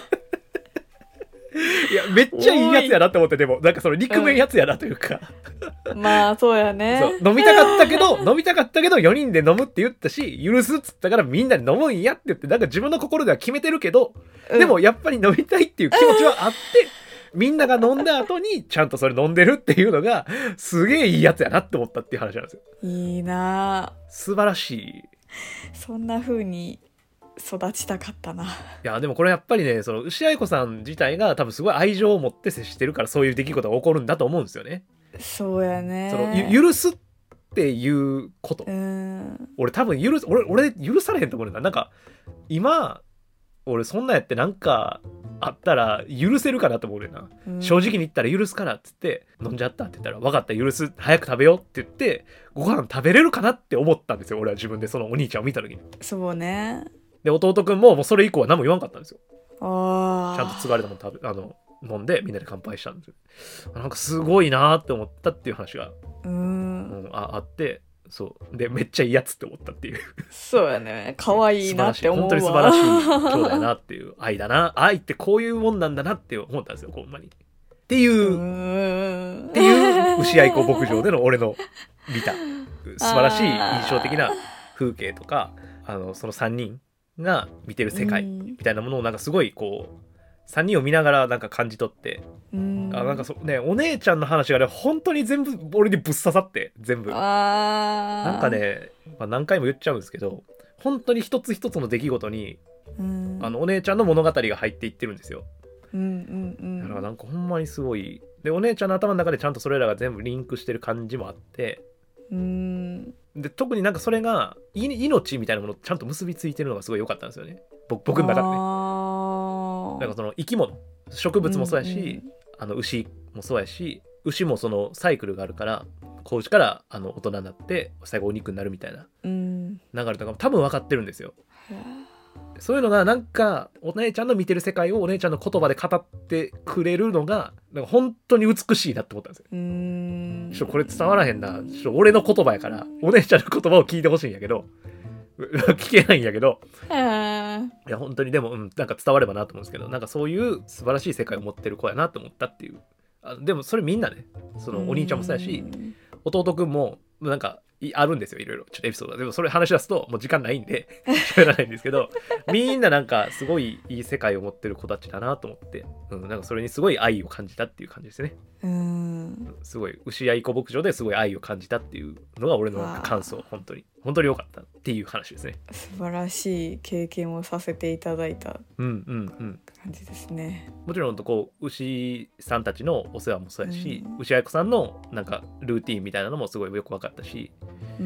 いやめっちゃいいやつやなって思って、でもなんかその憎めんやつやなというか、 まあそうやね。 そう飲みたかったけど4人で飲むって言ったし許すっつったからみんなで飲むんやって言って、なんか自分の心では決めてるけど、でもやっぱり飲みたいっていう気持ちはあって、みんなが飲んだ後にちゃんとそれ飲んでるっていうのがすげえいいやつやなって思ったっていう話なんですよ。 いいな。 素晴らしい。 そんな風に育ちたかったな。いやでもこれやっぱりね、その牛愛子さん自体が多分すごい愛情を持って接してるからそういう出来事が起こるんだと思うんですよね。 そうやね。 その許すっていうこと、俺多分俺許されへんと思うんだ。なんか今俺そんなんやってなんかあったら許せるかなと思うねんな、正直に言ったら許すからっつって飲んじゃったって言ったら分かった許す早く食べようって言ってご飯食べれるかなって思ったんですよ俺は自分でそのお兄ちゃんを見た時に。 そうね。 で弟くんもうそれ以降は何も言わんかったんですよ。 あちゃんと継がれたもの飲んでみんなで乾杯したんですよ。なんかすごいなーって思ったっていう話があって、そうでめっちゃいいやつって思ったっていう。 そうやね。可愛いなって思うわ。 本当に素晴らしい兄弟だなっていう愛だな、愛ってこういうもんなんだなって思ったんですよほんまに。っていう牛愛子牧場での俺の見た素晴らしい印象的な風景とかその3人が見てる世界みたいなものをなんかすごいこう3人を見ながらなんか感じ取って、なんかねお姉ちゃんの話がね本当に全部俺にぶっ刺さって全部なんかね、何回も言っちゃうんですけど本当に一つ一つの出来事にお姉ちゃんの物語が入っていってるんですよ。だからなんかほんまにすごいでお姉ちゃんの頭の中でちゃんとそれらが全部リンクしてる感じもあって、で特になんかそれが命みたいなものとちゃんと結びついてるのがすごい良かったんですよね僕の中でね。なんかその生き物植物もそうやし、牛もそうやし、牛もそのサイクルがあるから子牛から大人になって最後お肉になるみたいな流れとかも多分分かってるんですよ。そういうのがなんかお姉ちゃんの見てる世界をお姉ちゃんの言葉で語ってくれるのがなんか本当に美しいなって思ったんですよ。ちょっとこれ伝わらへんな、ちょっと俺の言葉やからお姉ちゃんの言葉を聞いてほしいんやけど聞けないんやけど、いや本当にでも、なんか伝わればなと思うんですけど、なんかそういう素晴らしい世界を持ってる子やなと思ったっていう。でもそれみんなね、そのお兄ちゃんもそうやし弟くんもなんかあるんですよいろいろちょっとエピソードが。でもそれ話し出すともう時間ないんで喋らないんですけどみんななんかすごいいい世界を持ってる子たちだなと思って、なんかそれにすごい愛を感じたっていう感じですね。すごい牛愛子牧場ですごい愛を感じたっていうのが俺の感想。本当に良かったっていう話ですね。 素晴らしい経験をさせていただいた感じですね。 もちろんこう牛さんたちのお世話もそうやし、牛愛子さんのなんかルーティンみたいなのもすごいよく分かったし、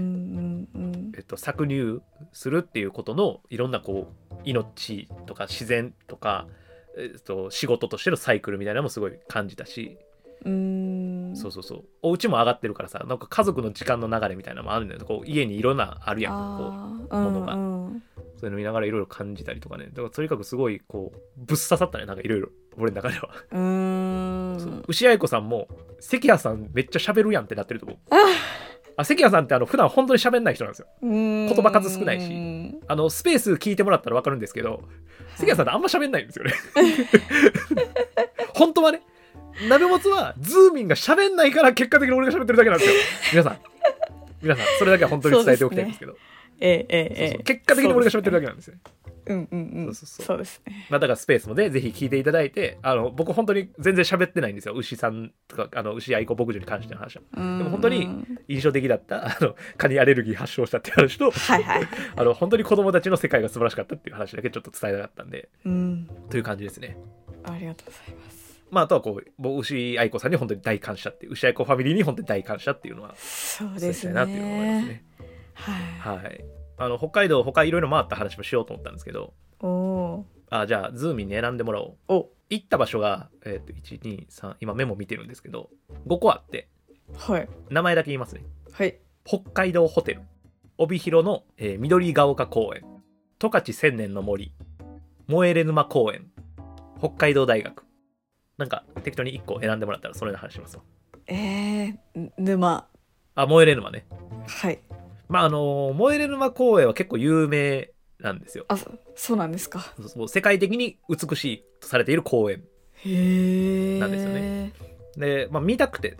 搾乳するっていうことのいろんなこう命とか自然とか、仕事としてのサイクルみたいなのもすごい感じたし、そうお家も上がってるからさ、なんか家族の時間の流れみたいなのもあるんだよ。こう家にいろんなあるやんこうものが、そういうの見ながらいろいろ感じたりとかね。だからとにかくすごいこうぶっ刺さったね、なんかいろいろ俺の中では。牛愛子さんも関谷さんめっちゃ喋るやんってなってると思う。関谷さんって普段本当に喋んない人なんですよ。言葉数少ないし、スペース聞いてもらったら分かるんですけど、関谷さんってあんま喋んないんですよね本当はね、鍋もつはズーミンが喋んないから結果的に俺が喋ってるだけなんですよ。皆さんそれだけは本当に伝えておきたいんですけど、結果的に俺が喋ってるだけなんですよ。そうですね。だからスペースもでぜひ聞いていただいて、僕本当に全然喋ってないんですよ、牛さんとか牛愛子牧場に関しての話は。でも本当に印象的だったカニアレルギー発症したっていう話と、本当に子供たちの世界が素晴らしかったっていう話だけちょっと伝えたかったんで、という感じですね。 ありがとうございます。 あとはこう牛愛子さんに本当に大感謝っていう、牛愛子ファミリーに本当に大感謝っていうのはそうですねなっていうのを思いますね。はい。北海道他いろいろ回った話もしようと思ったんですけど、じゃあズーミンに選んでもらおう。行った場所が123今メモ見てるんですけど5個あって、名前だけ言いますね。北海道ホテル、帯広の、緑が丘公園、十勝千年の森、燃えれ沼公園、北海道大学。なんか適当に1個選んでもらったらそれの話しますわ。 沼燃えれ沼ね。 はい。 燃えれ沼公園は結構有名なんですよ。 そうなんですか。 世界的に美しいとされている公園なんですよね。で、見たくて、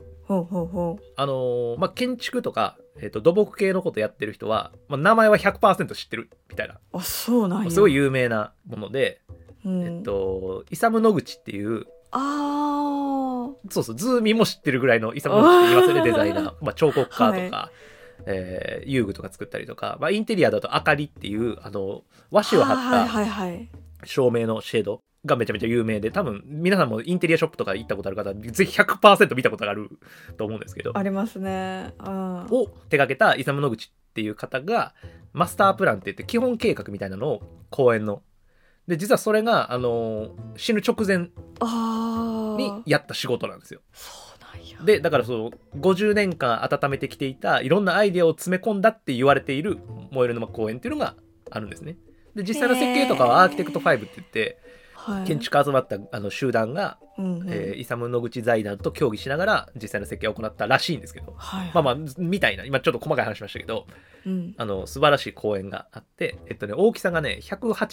建築とか、土木系のことやってる人は、名前は 100% 知ってるみたいな。 そうなんや。 すごい有名なもので、イサム・ノグチっていう、そうそう、ズーミンも知ってるぐらいのイサム・ノグチって言いますよね、デザイナー。彫刻家とか、遊具とか作ったりとか、インテリアだと明かりっていう和紙を貼った照明のシェードがめちゃめちゃ有名で、多分皆さんもインテリアショップとか行ったことある方ぜひ 100% 見たことがあると思うんですけど、 ありますね。 を手掛けたイサム・ノグチっていう方がマスタープランって言って基本計画みたいなのを公園ので、実はそれが死ぬ直前にやった仕事なんですよ。でだから50年間温めてきていたいろんなアイデアを詰め込んだって言われている燃える沼公園っていうのがあるんですね。で実際の設計とかはアーキテクト5って言って、建築家集まった集団が、イサム・ノグチ財団と協議しながら実際の設計を行ったらしいんですけど、みたいな、今ちょっと細かい話しましたけど、素晴らしい公園があって、大きさがね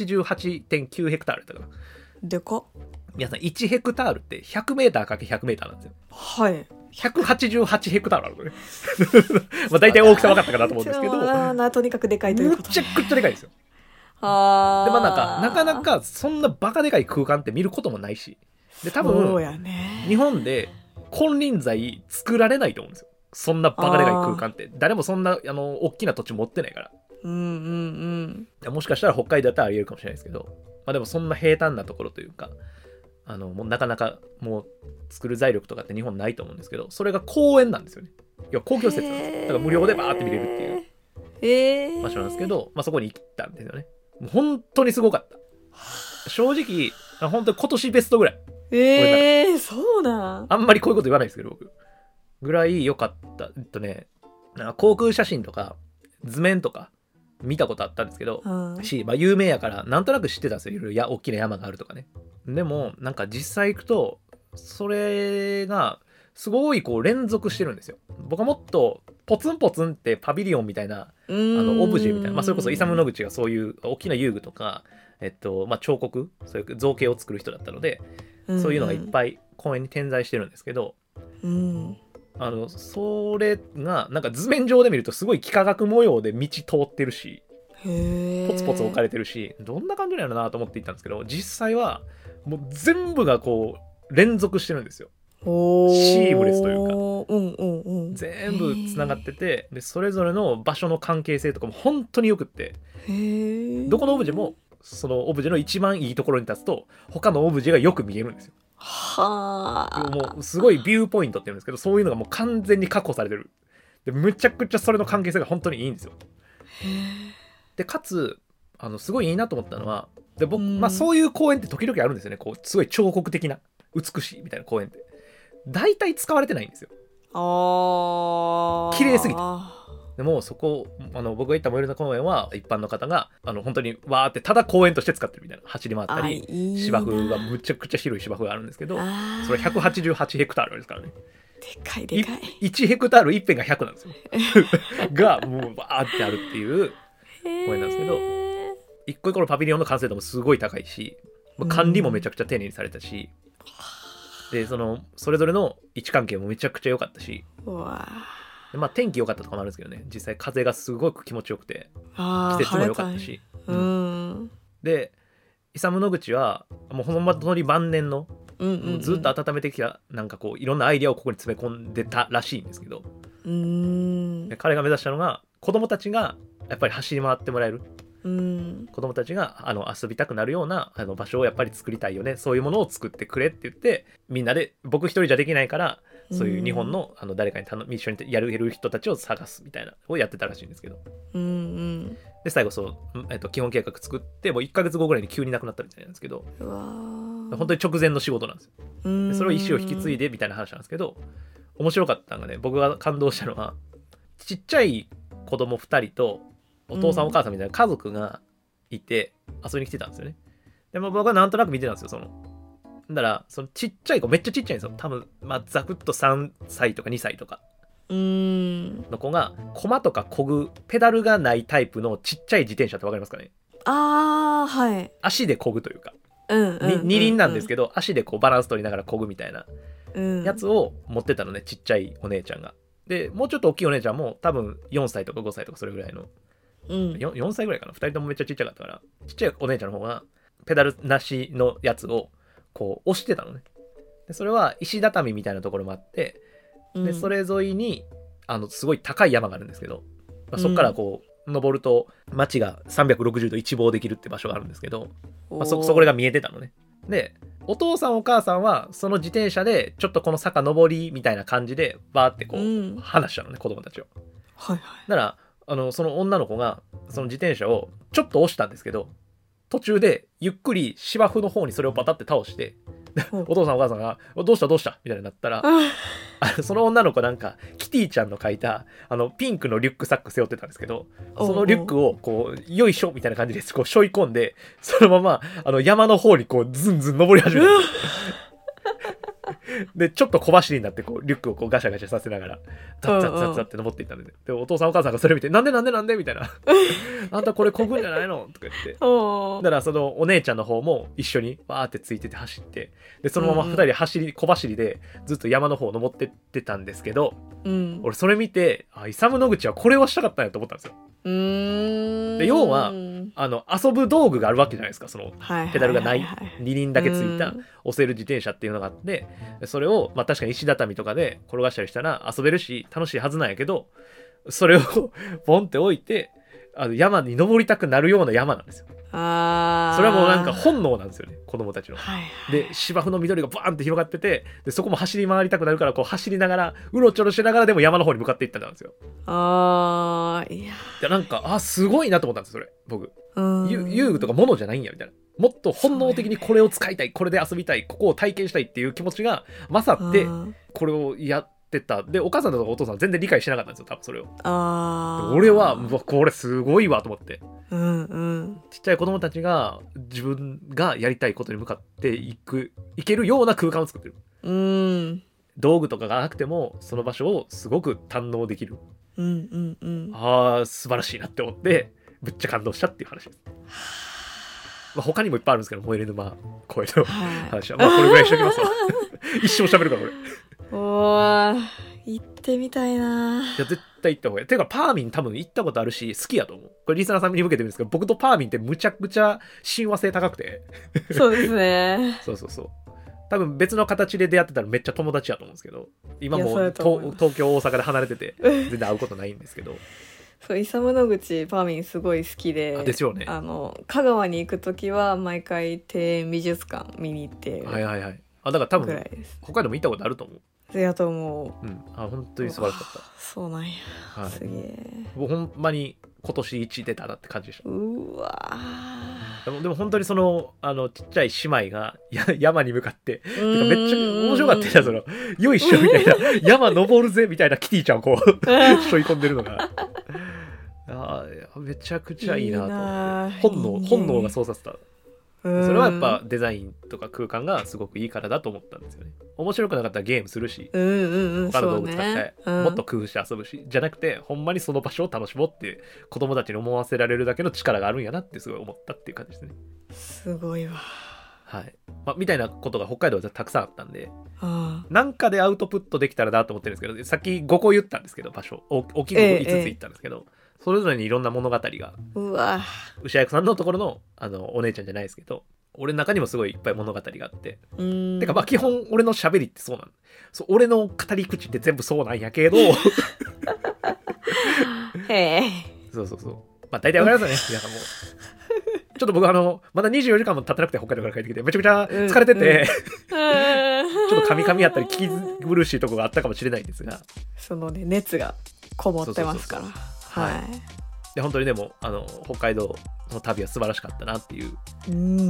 188.9 ヘクタールだったかな。 でかっ。 皆さん1ヘクタールって100メーター ×100 メーターなんですよ。 はい。 188ヘクタールあるのね。大体大きさ分かったかなと思うんですけど、 とにかくでかいということ、 むちゃくちゃでかいですよ。でなかなかそんなバカでかい空間って見ることもないし、で多分日本で金輪際作られないと思うんですよ。そんなバカでかい空間って誰もそんな大きな土地持ってないから。もしかしたら北海道だったらありえるかもしれないですけど、でもそんな平坦なところというか、もうなかなかもう作る財力とかって日本ないと思うんですけど、それが公園なんですよね。要は公共施設なんですよ。だから無料でバーって見れるっていう場所なんですけど、そこに行ったんですよね。もう本当にすごかった。正直本当に今年ベストぐらい。 そうなん。 あんまりこういうこと言わないですけど、僕ぐらい良かった。航空写真とか図面とか見たことあったんですけど、有名やからなんとなく知ってたんですよ。いろいろ大きな山があるとかね。でもなんか実際行くとそれがすごい連続してるんですよ。僕はもっとポツンポツンってパビリオンみたいなオブジェみたいな、それこそイサム・ノグチがそういう大きな遊具とか、彫刻、そういう造形を作る人だったので、そういうのがいっぱい公園に点在してるんですけど、それがなんか図面上で見るとすごい幾何学模様で道通ってるし、ポツポツ置かれてるし、どんな感じなのかなと思って行ったんですけど、実際はもう全部が連続してるんですよ。シームレスというか、全部つながってて、でそれぞれの場所の関係性とかも本当によくって、どこのオブジェもそのオブジェの一番いいところに立つと他のオブジェがよく見えるんですよ。もうすごいビューポイントって言うんですけど、そういうのがもう完全に確保されてる。でむちゃくちゃそれの関係性が本当にいいんですよ。でかつすごいいいなと思ったのは、で僕、そういう公園って時々あるんですよね。すごい彫刻的な美しいみたいな公園って大体使われてないんですよ。綺麗すぎて。でもそこ僕が行った燃える沼公園は一般の方が本当にわーってただ公園として使ってるみたいな、走り回ったり芝生がむちゃくちゃ広い芝生があるんですけど、それ188ヘクタールですからね。 でかいでかい。 1ヘクタール1辺が100なんですよがもうわーってあるっていう公園なんですけど、一個一個のパビリオンの完成度もすごい高いし、管理もめちゃくちゃ丁寧にされたし、でそれぞれの位置関係もめちゃくちゃ良かったし、で天気良かったとかもあるんですけどね、実際風がすごく気持ちよくて季節も良かったし、でイサム・ノグチはもうほんまに晩年の、ずっと温めてきたなんかいろんなアイデアをここに詰め込んでたらしいんですけど、で彼が目指したのが子供たちがやっぱり走り回ってもらえる、子供たちが遊びたくなるような場所をやっぱり作りたいよね、そういうものを作ってくれって言って、みんなで僕一人じゃできないからそういう日本の誰かに一緒にやる人たちを探すみたいなをやってたらしいんですけど、で最後基本計画作ってもう1ヶ月後ぐらいに急に亡くなったみたいなんですけど、本当に直前の仕事なんですよ。でそれを意思を引き継いでみたいな話なんですけど、面白かったのがね、僕が感動したのはちっちゃい子供2人とお父さんお母さんみたいな家族がいて遊びに来てたんですよね。でも僕はなんとなく見てたんですよ。だからちっちゃい子めっちゃちっちゃいんですよ。多分ざくっと3歳とか2歳とかの子がコマとか漕ぐペダルがないタイプのちっちゃい自転車ってわかりますかね。 あー、はい。 足で漕ぐというか、 二輪なんですけど足でこうバランス取りながら漕ぐみたいなやつを持ってたのね、ちっちゃいお姉ちゃんが。でもうちょっと大きいお姉ちゃんも多分4歳とか5歳とかそれぐらいの、4歳ぐらいかな。2人ともめっちゃちっちゃかったから、ちっちゃいお姉ちゃんの方がペダルなしのやつをこう押してたのね。でそれは石畳みたいなところもあって、でそれ沿いにすごい高い山があるんですけど、そこからこう登ると街が360度一望できるって場所があるんですけど、そこが見えてたのね。でお父さんお母さんはその自転車でちょっとこの坂登りみたいな感じでバーってこう話したのね、子供たちを。 はいはい。 だからその女の子がその自転車をちょっと押したんですけど、途中でゆっくり芝生の方にそれをバタって倒してお父さんお母さんがどうしたみたいになったらその女の子なんかキティちゃんの描いたピンクのリュックサック背負ってたんですけど、そのリュックをこうよいしょみたいな感じでこう背負い込んで、そのまま山の方にこうズンズン登り始めたでちょっと小走りになってこうリュックをこうガシャガシャさせながらザッザッザッザッって登っていったんで、でお父さんお母さんがそれ見てなんでみたいなあんたこれこぐんじゃないのとか言ってだからそのお姉ちゃんの方も一緒にバーってついてて走って、でそのまま2人で小走りでずっと山の方を登ってってたんですけど、俺それ見てイサム・ノグチはこれをしたかったんやと思ったんですよ。で要は遊ぶ道具があるわけじゃないですか。そのペダルがない二輪だけついた押せる自転車っていうのがあって、それを確かに石畳とかで転がしたりしたら遊べるし楽しいはずなんやけど、それをポンって置いて山に登りたくなるような山なんですよ。それはもうなんか本能なんですよね、子供たちの。で芝生の緑がバーンって広がってて、でそこも走り回りたくなるからこう走りながらうろちょろしながらでも山の方に向かっていったんですよ。いやなんかすごいなと思ったんですそれ僕。遊具とか物じゃないんやみたいな、もっと本能的にこれを使いたい、これで遊びたい、ここを体験したいっていう気持ちが勝ってこれをやってた。でお母さんとかお父さん全然理解してなかったんですよ多分それを。俺はこれすごいわと思って、ちっちゃい子供たちが自分がやりたいことに向かっていけるような空間を作ってる。道具とかがなくてもその場所をすごく堪能できる。素晴らしいなって思ってぶっちゃ感動したっていう話です。他にもいっぱいあるんですけど、燃える沼声の話は、これぐらいにしときますわ一生喋るからこれ。 行ってみたいな。 いや絶対行った方がいい。てかパーミン多分行ったことあるし好きやと思う。これリスナーさんに向けてるんですけど、僕とパーミンってむちゃくちゃ親和性高くてそうですねそう多分別の形で出会ってたらめっちゃ友達やと思うんですけど、今も東京大阪で離れてて全然会うことないんですけどそうイサム・ノグチパーミンすごい好きで、 ですよね。 香川に行くときは毎回庭園美術館見に行ってだから多分北海道も行ったことあると思う。 やと思う。本当に素晴らしかった。 そうなんや、すげえ。 ほんまに今年1出たなって感じでした。 うわでも本当にそのちっちゃい姉妹が山に向かっててかめっちゃ面白かったよ。よいしょみたいな山登るぜみたいなキティちゃんをこう背負い込んでるのがめちゃくちゃいいなと思って、本能がそうさせた。それはやっぱデザインとか空間がすごくいいからだと思ったんですよね。面白くなかったらゲームするし、他の道具使ってもっと工夫して遊ぶし、じゃなくてほんまにその場所を楽しもうって子供たちに思わせられるだけの力があるんやなってすごい思ったっていう感じですね。すごいわ。 みたいなことが北海道はたくさんあったんで、なんかでアウトプットできたらなと思ってるんですけど、さっき5個言ったんですけど、場所大きい5個5つ言ったんですけど、それぞれにいろんな物語が、牛役さんのところのお姉ちゃんじゃないですけど、俺の中にもすごいいっぱい物語があって、てか基本俺の喋りってそうなんそう、俺の語り口って全部そうなんやけどそう大体わかりますよね皆さんも。ちょっと僕まだ24時間も経ってなくて北海道から帰ってきてめちゃくちゃ疲れてて、ちょっとカミカミやったり聞き苦しいところがあったかもしれないんですが、 そのね熱がこもってますから。 で本当にでも北海道の旅は素晴らしかったなっていう。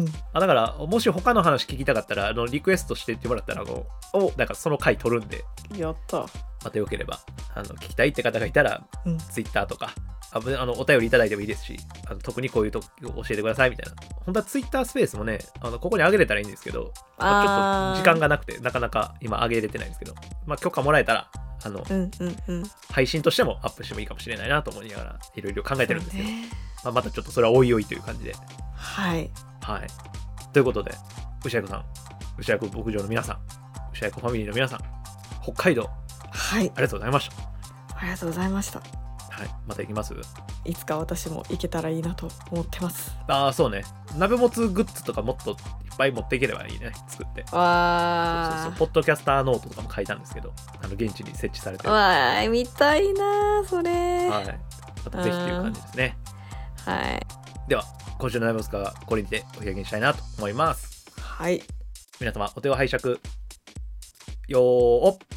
だからもし他の話聞きたかったらリクエストしてってもらったらなんかその回取るんで、 やった。 またよければ聞きたいって方がいたら、ツイッターとかお便りいただいてもいいですし、特にこういうと教えてくださいみたいな。本当はツイッタースペースもねここに上げれたらいいんですけど、ちょっと時間がなくてなかなか今上げれてないんですけど、許可もらえたら配信としてもアップしてもいいかもしれないなと思いながらいろいろ考えてるんですけど、またちょっとそれはおいおいという感じで。 はい、 ということで、牛役さん、牛役牧場の皆さん、牛役ファミリーの皆さん、北海道、ありがとうございました。 ありがとうございました。 また行きます。 いつか私も行けたらいいなと思ってます。 そうね。鍋もつグッズとかもっといっぱい持っていければいいね、作って。そうポッドキャスターノートとかも書いたんですけど、現地に設置されてる。 見たいなそれ。 またぜひという感じですね。では今週の鍋もつかはこれにてお開きにしたいなと思います。皆様お手を拝借よー。